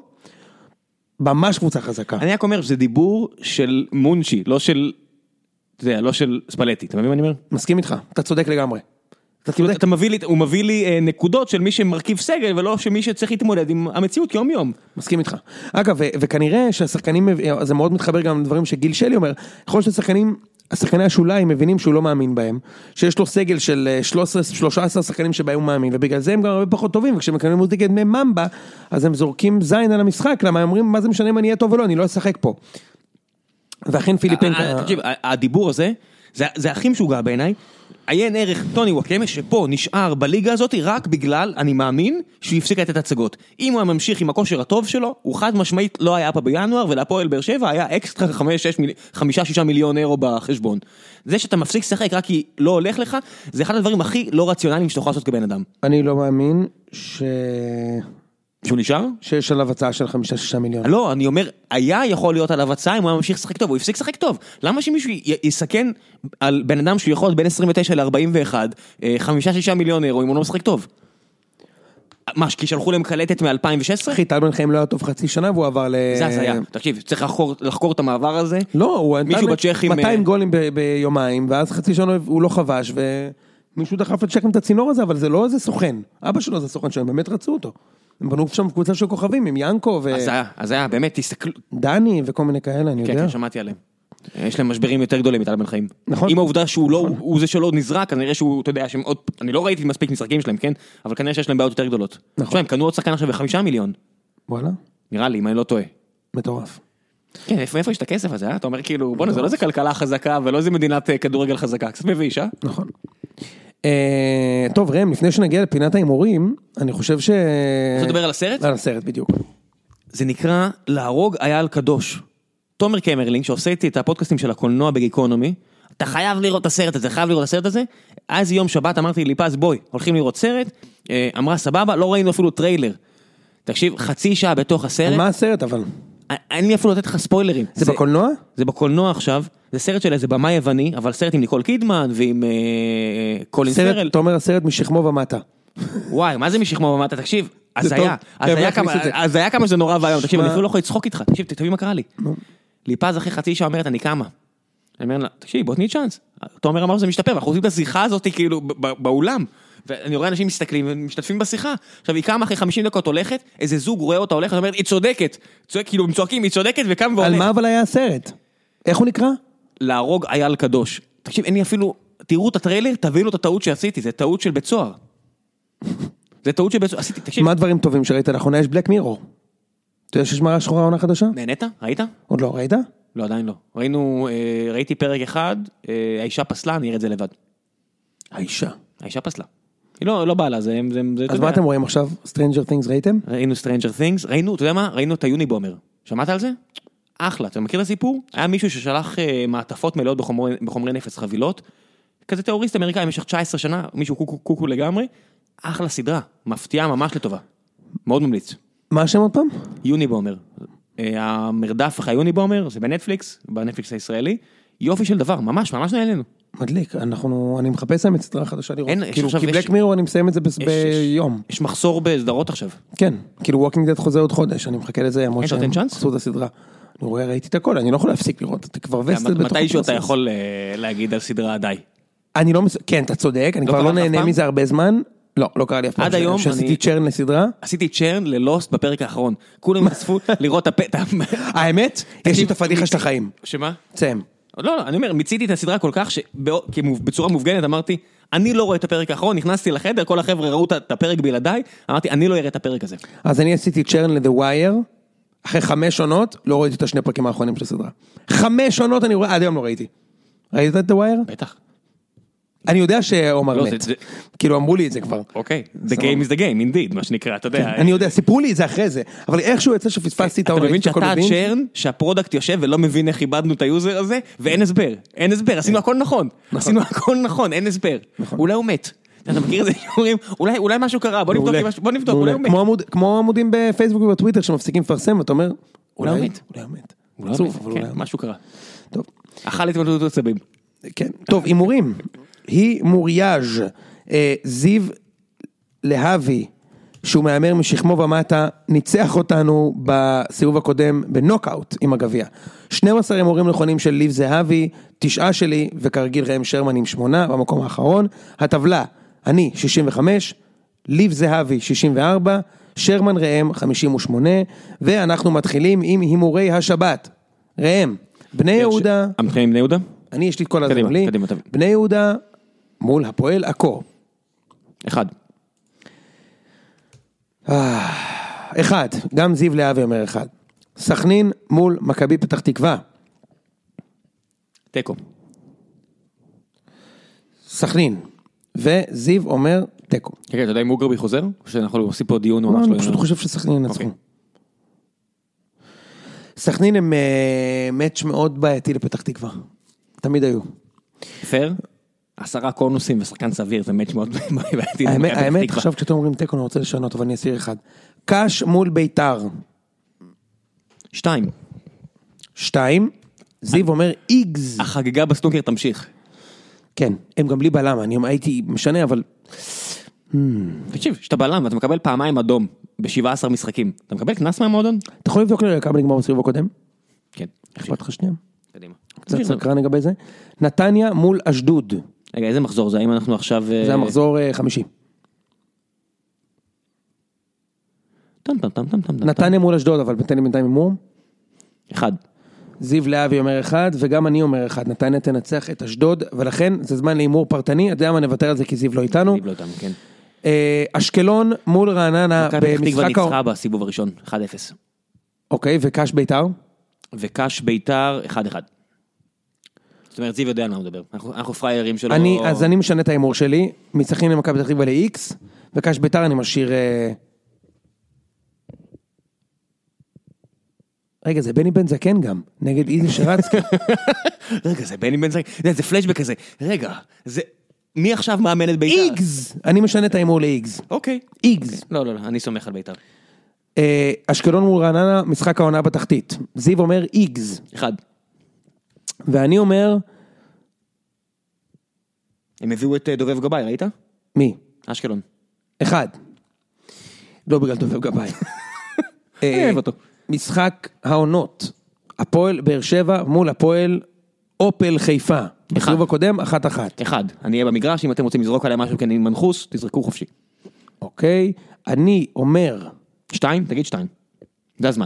ממש קבוצה חזקה. אני רק אומר שזה דיבור של מונצ'י, לא של זה לא של ספלטי, אתה מבין מה אני אומר? מסכים איתך, אתה צודק לגמרי. אתה מביא לי, הוא מביא לי נקודות של מי שמרכיב סגל, ולא שמי שצריך להתמודד עם המציאות יום יום. מסכים איתך. אגב, וכנראה שהשחקנים, זה מאוד מתחבר גם לדברים שגיל שלי אומר, יכול שהשחקנים, השחקני השוליים מבינים שהוא לא מאמין בהם, שיש לו סגל של שלושה עשר שחקנים שבהם הוא מאמין, ובגלל זה הם גם הרבה פחות טובים, וכשמקבלים מוזיקת ממבה, אז הם זורקים זין על המשחק, למה הם אומרים, מה זה משנה אם אני אהיה טוב או לא, אני לא אשחק פה. ואכן פיליפין... תקשיב, הדיבור הזה, זה הכי משוגע בעיניי, עיין ערך טוני וואקמה שפה נשאר בליגה הזאת רק בגלל, אני מאמין, שהוא יפסיק לתת הצגות. אם הוא ממשיך עם הכושר הטוב שלו, הוא חד משמעית לא היה פה בינואר, ולהפועל באר שבע היה אקסטרה חמישה שישה מיליון אירו בחשבון. זה שאתה מפסיק לשחק רק כי לא הולך לך, זה אחד הדברים הכי לא רציונליים שאתה יכול לעשות כבן אדם. אני לא מאמין ש... שהוא נשאר? שיש עליו הצעה של חמישה שישה מיליון. לא, אני אומר, היה יכול להיות עליו הצעה אם הוא ממשיך לשחק טוב, הוא יפסיק לשחק טוב. למה שמישהו יסכן על בן אדם שהוא יכול להיות בין עשרים ותשע ל-ארבעים ואחת, חמישה שישה מיליון אירו אם הוא לא משחק טוב? מה, כי שלחו להם קלטת מ-אלפיים ושש עשרה? אחי, טל בן חיים לא היה טוב חצי שנה והוא עבר ל... זה היה, תקשיב, צריך לחקור, לחקור את המעבר הזה. לא, הוא מאתיים גולים ביומיים, ואז חצי שנה הוא לא חבש, ומישהו דחף לצ'קם את הצינור הזה, אבל זה לא איזה סוכן. אבא שלו זה סוכן שהם באמת רצו אותו. הם בנו שם קבוצה של כוכבים, עם ינקו ו... אז היה, אז היה, באמת, תסתכלו... דני וכל מיני כאלה, אני יודע. כן, כן, שמעתי עליהם. יש להם משברים יותר גדולים מטל בן חיים. נכון. עם העובדה שהוא לא, הוא זה שלא נזרק, כנראה שהוא, אתה יודע, שהם עוד... אני לא ראיתי מספיק משחקים שלהם, כן? אבל כנראה שיש להם בעיות יותר גדולות. נכון. הם קנו עוד שחקן עכשיו בחמישה מיליון. וואלה. נראה לי, אם אני לא טועה. מטורף. כן, איפה, איפה יש את הכסף הזה, אה? אתה אומר כאילו, בוא, זה לא איזה כלכלה חזקה, ולא איזה מדינת כדורגל חזקה. קצת מביש, אה? נכון. טוב, רם, לפני שנגיע לפינת האימורים, אני חושב ש... רוצה לדבר על הסרט? על הסרט, בדיוק. זה נקרא להרוג אייל קדוש. תומר קמרלינג, שעושה איתי את הפודקאסטים של הקולנוע בגיקונומי, אתה חייב לראות את הסרט הזה, חייב לראות את הסרט הזה. אז יום שבת אמרתי לי, פז, בואי, הולכים לראות סרט. אמרה, סבבה, לא ראינו אפילו טריילר. תקשיב, חצי שעה בתוך הסרט. מה הסרט אבל? אין לי אפילו לתת לך ספוילרים. זה בקולנוע? זה בקולנוע עכשיו. זה סרט של איזה במה יווני, אבל סרט עם ניקול קידמן ועם קולין פרל. אתה אומר הסרט משכמו ומטה. וואי, מה זה משכמו ומטה? תקשיב, אז היה, אז היה כמה שזה נורא והיום. תקשיב, אני אפילו לא יכול לצחוק איתך. תקשיב, תביא מה קרה לי. ליפז אחרי חצי שעה אומרת, אני קמה. אני אומר לה, תקשיב, בוא תני צ'אנס. תומר אמר שזה משתפר, אנחנו עושים את השיחה הזאת כאילו באולם. ואני רואה אנשים מסתכלים ומשתתפים בשיחה. עכשיו היא קמה אחרי חמישים דקות הולכת, איזה זוג רואה אותה הולכת, אומרת, היא צודקת. כאילו, הם צועקים, היא צודקת וקם והולך. על מה אבל היה הסרט? איך הוא נקרא? להרוג אייל קדוש. תקשיב, אין לי אפילו, תראו את הטריילר, תבינו את הטעות שעשיתי, זה טעות של בית סוהר. זה טעות של בית סוהר, עשיתי, תקשיב. מה דברים טובים שראית לאחרונה? יש בלק מירור. אתה יודע שיש מראה שחורה עונה חדשה? נהנית? ראית? עוד לא, ראית? לא, עדיין לא. ראינו, ראיתי פרק אחד, האישה פסלה, אני אראה את זה לבד. האישה. האישה פסלה. היא לא, לא באה לה, זה... אז מה אתם רואים עכשיו? Stranger Things ראיתם? ראינו Stranger Things, ראינו, אתה יודע מה? ראינו את היוניבומר. שמעת על זה? אחלה, אתה מכיר את הסיפור? היה מישהו ששלח מעטפות מלאות בחומרי נפץ חבילות, כזה טרוריסט אמריקאי במשך תשע עשרה שנה, מישהו קוקו קוקו לגמרי, אחלה סדרה, מפתיעה ממש לטובה. מאוד ממליץ. מה השם עוד פעם? יוניבומר. המרדף אחרי יוניבומר, זה בנטפליקס, בנטפליקס הישראלי, יופי של דבר, ממש, ממש נהנינו. מדליק, אנחנו, אני מחפש להם את סדרה חדשה לראות. אין, כאילו, כי בלק מירור אני מסיים את זה ביום. יש מחסור בסדרות עכשיו. כן, כאילו ווקינג דד חוזר עוד חודש, אני מחכה לזה, אין שאתה אין צ'אנס? עשו את הסדרה. אני רואה, ראיתי את הכל, אני לא יכול להפסיק לראות, אתה כבר וסטד בתוך... מתישהו אתה יכול להגיד על סדרה די. אני לא, כן, אתה צודק, אני כבר לא נהנה מזה הרבה זמן. לא, לא קרה לי אף פעם. עד היום שעשיתי צ'רן לסדרה. עשיתי צ'רן ללוסט בפרק האחרון. כולם אספו לראות את הפתע. האמת, יש לי את הפדיחה של החיים. שמה? צם. לא, לא, אני אומר, מיציתי את הסדרה כל כך שבצורה מופגנת אמרתי, אני לא רואה את הפרק האחרון, נכנסתי לחדר, כל החבר'ה ראו את הפרק בלעדיי, אמרתי, אני לא אראה את הפרק הזה. אז אני עשיתי צ'רן ל-The Wire, אחרי חמש עונות, לא ראיתי את השני פרקים האחרונים של הסדרה. חמש עונות אני רואה, עד היום לא ראיתי. ראית את The Wire? בטח. אני יודע שעומר מת, כאילו אמרו לי את זה כבר. אוקיי, the game is the game, indeed, מה שנקרא, אתה יודע. אני יודע, סיפרו לי את זה אחרי זה, אבל איכשהו יצא שפספסתי את העונה. אתה מבין שאתה הצ'רן, שהפרודקט יושב ולא מבין איך איבדנו את היוזר הזה, ואין הסבר, אין הסבר, עשינו הכל נכון, עשינו הכל נכון, אין הסבר. אולי הוא מת. אתה מכיר את זה, אולי משהו קרה, בוא נבדוק, בוא נבדוק, אולי הוא מת. כמו עמודים בפייסבוק ובטוויטר שמפסיקים לפרסם, ואתה אומר, אולי הוא מת. אולי הוא מת. אולי הוא מת, משהו קרה. טוב. אכל התמודדות עצבים. כן, טוב, הימורים. היא מוריאז' זיו להבי, שהוא מאמר משכמו ומטה, ניצח אותנו בסיבוב הקודם בנוקאוט עם הגביע. שנים עשר הימורים נכונים של ליב זהבי, תשעה שלי, וכרגיל ראם שרמן עם שמונה במקום האחרון. הטבלה, אני שישים וחמש, ליב זהבי שישים וארבע, שרמן ראם חמישים ושמונה, ואנחנו מתחילים עם הימורי השבת. ראם, בני יהודה... המתחילים בני יהודה? אני יש לי את כל הזמן לי. בני יהודה מול הפועל עכו. אחד. אחד, גם זיו להבי אומר אחד. סכנין מול מכבי פתח תקווה. תיקו. סכנין. וזיו אומר תיקו. רגע, אתה יודע אם מוגרבי חוזר? או שאנחנו עושים פה דיון ממש לא? אני פשוט חושב שסכנין ינצחו. סכנין הם מאץ' מאוד בעייתי לפתח תקווה. תמיד היו. פייר? עשרה קונוסים ושחקן סביר, זה מאץ' מאוד בעייתי. האמת, עכשיו כשאתם אומרים תיקו, אני רוצה לשנות, אבל אני אסיר אחד. קש מול ביתר. שתיים. שתיים. זיו אומר איגז. החגיגה בסטונקר תמשיך. כן, הם גם בלי בלם, אני הייתי משנה, אבל... תקשיב, שאתה בלם, ואתה מקבל פעמיים אדום ב-שבעה עשר משחקים. אתה מקבל כנס מהמועדון? אתה יכול לבדוק לי כמה נגמר בסיבוב הקודם? כן. אכפת לך שנייה? קדימה. קצת סקרן לגבי זה. נתניה מול אשדוד. רגע, איזה מחזור זה? האם אנחנו עכשיו... זה המחזור חמישי. טם טם טם טם טם. נתניה מול אשדוד, אבל בינתיים בינתיים הימור. אחד. זיו להבי אומר אחד, וגם אני אומר אחד. נתניה תנצח את אשדוד, ולכן זה זמן להימור פרטני. אתה יודע מה, נוותר על זה כי זיו לא איתנו. זיו לא איתנו, כן. אשקלון מול רעננה במשחק... ניצחה בסיבוב הראשון, אחד אפס. אוקיי, וקש ביתר? וקש ביתר, אחד אחד. זאת אומרת, זיו יודע על מה הוא מדבר. אנחנו פריירים שלו... אז אני משנה את האימור שלי, מצחים למכבי פתח תקווה ל-X, וקש ביתר אני משאיר... רגע, זה בני בן זקן גם, נגד איזי שרצקי. רגע, זה בני בן זקן, זה פלשבק כזה. רגע, זה... מי עכשיו מאמן את ביתר? איגז! אני משנה את האימור לאיגז. אוקיי. איגז. לא, לא, לא, אני סומך על ביתר. אשקלון מול רעננה, משחק העונה בתחתית. זיו אומר איגז. אחד. ואני אומר... הם הביאו את דובב גבאי, ראית? מי? אשקלון. אחד. לא בגלל דובב גבאי. אוהב אותו. משחק העונות. הפועל באר שבע מול הפועל אופל חיפה. בסיבוב הקודם, אחת אחת. אחד. אני אהיה במגרש, אם אתם רוצים לזרוק עליי משהו כנין מנחוס, תזרקו חופשי. אוקיי. אני אומר... שתיים? תגיד שתיים. זה הזמן.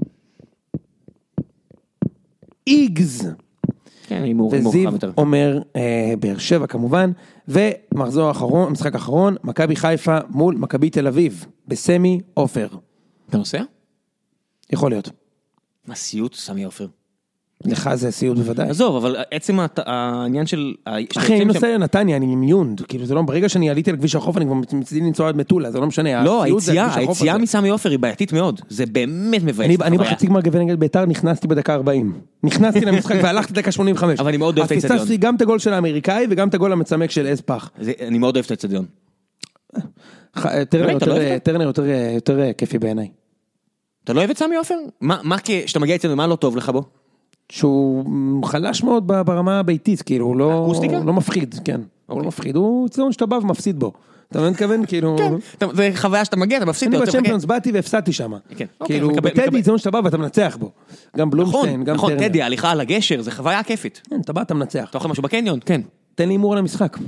איגז. כן, הימור וזיו אומר באר שבע כמובן, ומחזור האחרון, משחק האחרון, מכבי חיפה מול מכבי תל אביב, בסמי עופר. אתה נוסע? יכול להיות. מה סיוט, סמי עופר? לך זה סיוט בוודאי. עזוב, אבל עצם העניין של... אחי, אני נוסע לנתניה, אני עם יונד, כאילו זה לא, ברגע שאני עליתי על כביש החוף, אני כבר מצדיק לנסוע עד מטולה, זה לא משנה. לא, היציאה מסמי עופר היא בעייתית מאוד, זה באמת מבאס. אני בחצי גמר גביע נגד בית"ר, נכנסתי בדקה ארבעים. נכנסתי למשחק והלכתי דקה שמונים וחמש. אבל אני מאוד אוהב את האצטדיון. אז פספסתי גם את הגול של האמריקאי וגם את הגול המצמק של עז פח. אני מאוד אוהב את האצטדיון. טרנר יותר כיפי בעיניי. אתה לא אוהב את סמי עופר? מה, כשאתה מגיע אצלנו, מה לא טוב לך בו? שהוא חלש מאוד ברמה הביתית, כאילו, הוא לא מפחיד, כן. הוא לא מפחיד, הוא אצלנו שאתה בא ומפסיד בו. אתה לא מתכוון, כאילו... כן, זה חוויה שאתה מגיע, אתה מפסיד. אני בצ'מפיונס באתי והפסדתי שם. כאילו, בטדי אצלנו שאתה בא ואתה מנצח בו. גם בלומסטיין, גם טרנר. נכון, טדי, הליכה על הגשר, זה חוויה כיפית. כן, אתה בא, אתה מנצח. אתה אוכל משהו בקניון, כן. תן לי אימור על המשחק.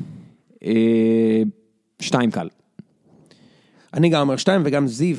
שתיים קל. אני גם אומר שתיים וגם זיו.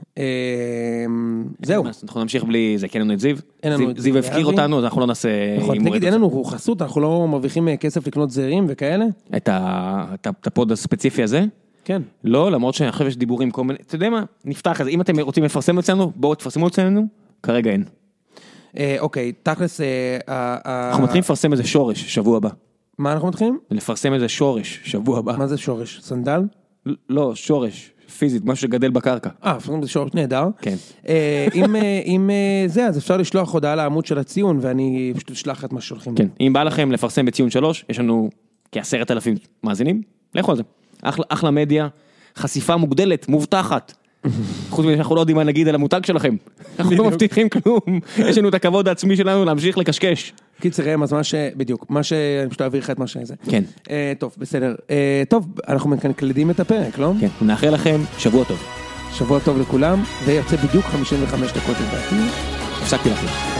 זהו. אנחנו נמשיך בלי זה, כן לנו את זיו. זיו הפקיר אותנו, אז אנחנו לא נעשה... נכון, תגיד, אין לנו חסות, אנחנו לא מרוויחים כסף לקנות זרים וכאלה? את הפוד הספציפי הזה? כן. לא, למרות שאני חושב שיש דיבורים כל מיני... אתה יודע מה? נפתח את זה. אם אתם רוצים לפרסם אצלנו, בואו תפרסמו אצלנו. כרגע אין. אוקיי, תכלס... אנחנו מתחילים לפרסם איזה שורש, שבוע הבא. מה אנחנו מתחילים? לפרסם איזה שורש, שבוע הבא. מה זה שורש? סנדל? לא, שורש. פיזית, משהו שגדל בקרקע. אה, זה שורש נהדר. כן. אם זה, אז אפשר לשלוח הודעה לעמוד של הציון, ואני פשוט אשלח את מה ששולחים. כן, אם בא לכם לפרסם בציון שלוש, יש לנו כעשרת אלפים מאזינים, לכו על זה. אחלה מדיה, חשיפה מוגדלת, מובטחת. חוץ מזה שאנחנו לא יודעים מה נגיד על המותג שלכם. אנחנו לא מבטיחים כלום. יש לנו את הכבוד העצמי שלנו להמשיך לקשקש. קיצר, אז מה ש... בדיוק, מה ש... אני פשוט אעביר לך את מה שזה. כן. טוב, בסדר. טוב, אנחנו מקלידים את הפרק, לא? כן, נאחל לכם שבוע טוב. שבוע טוב לכולם, ויוצא בדיוק חמישים וחמש דקות לדעתי. הפסקתי לכם.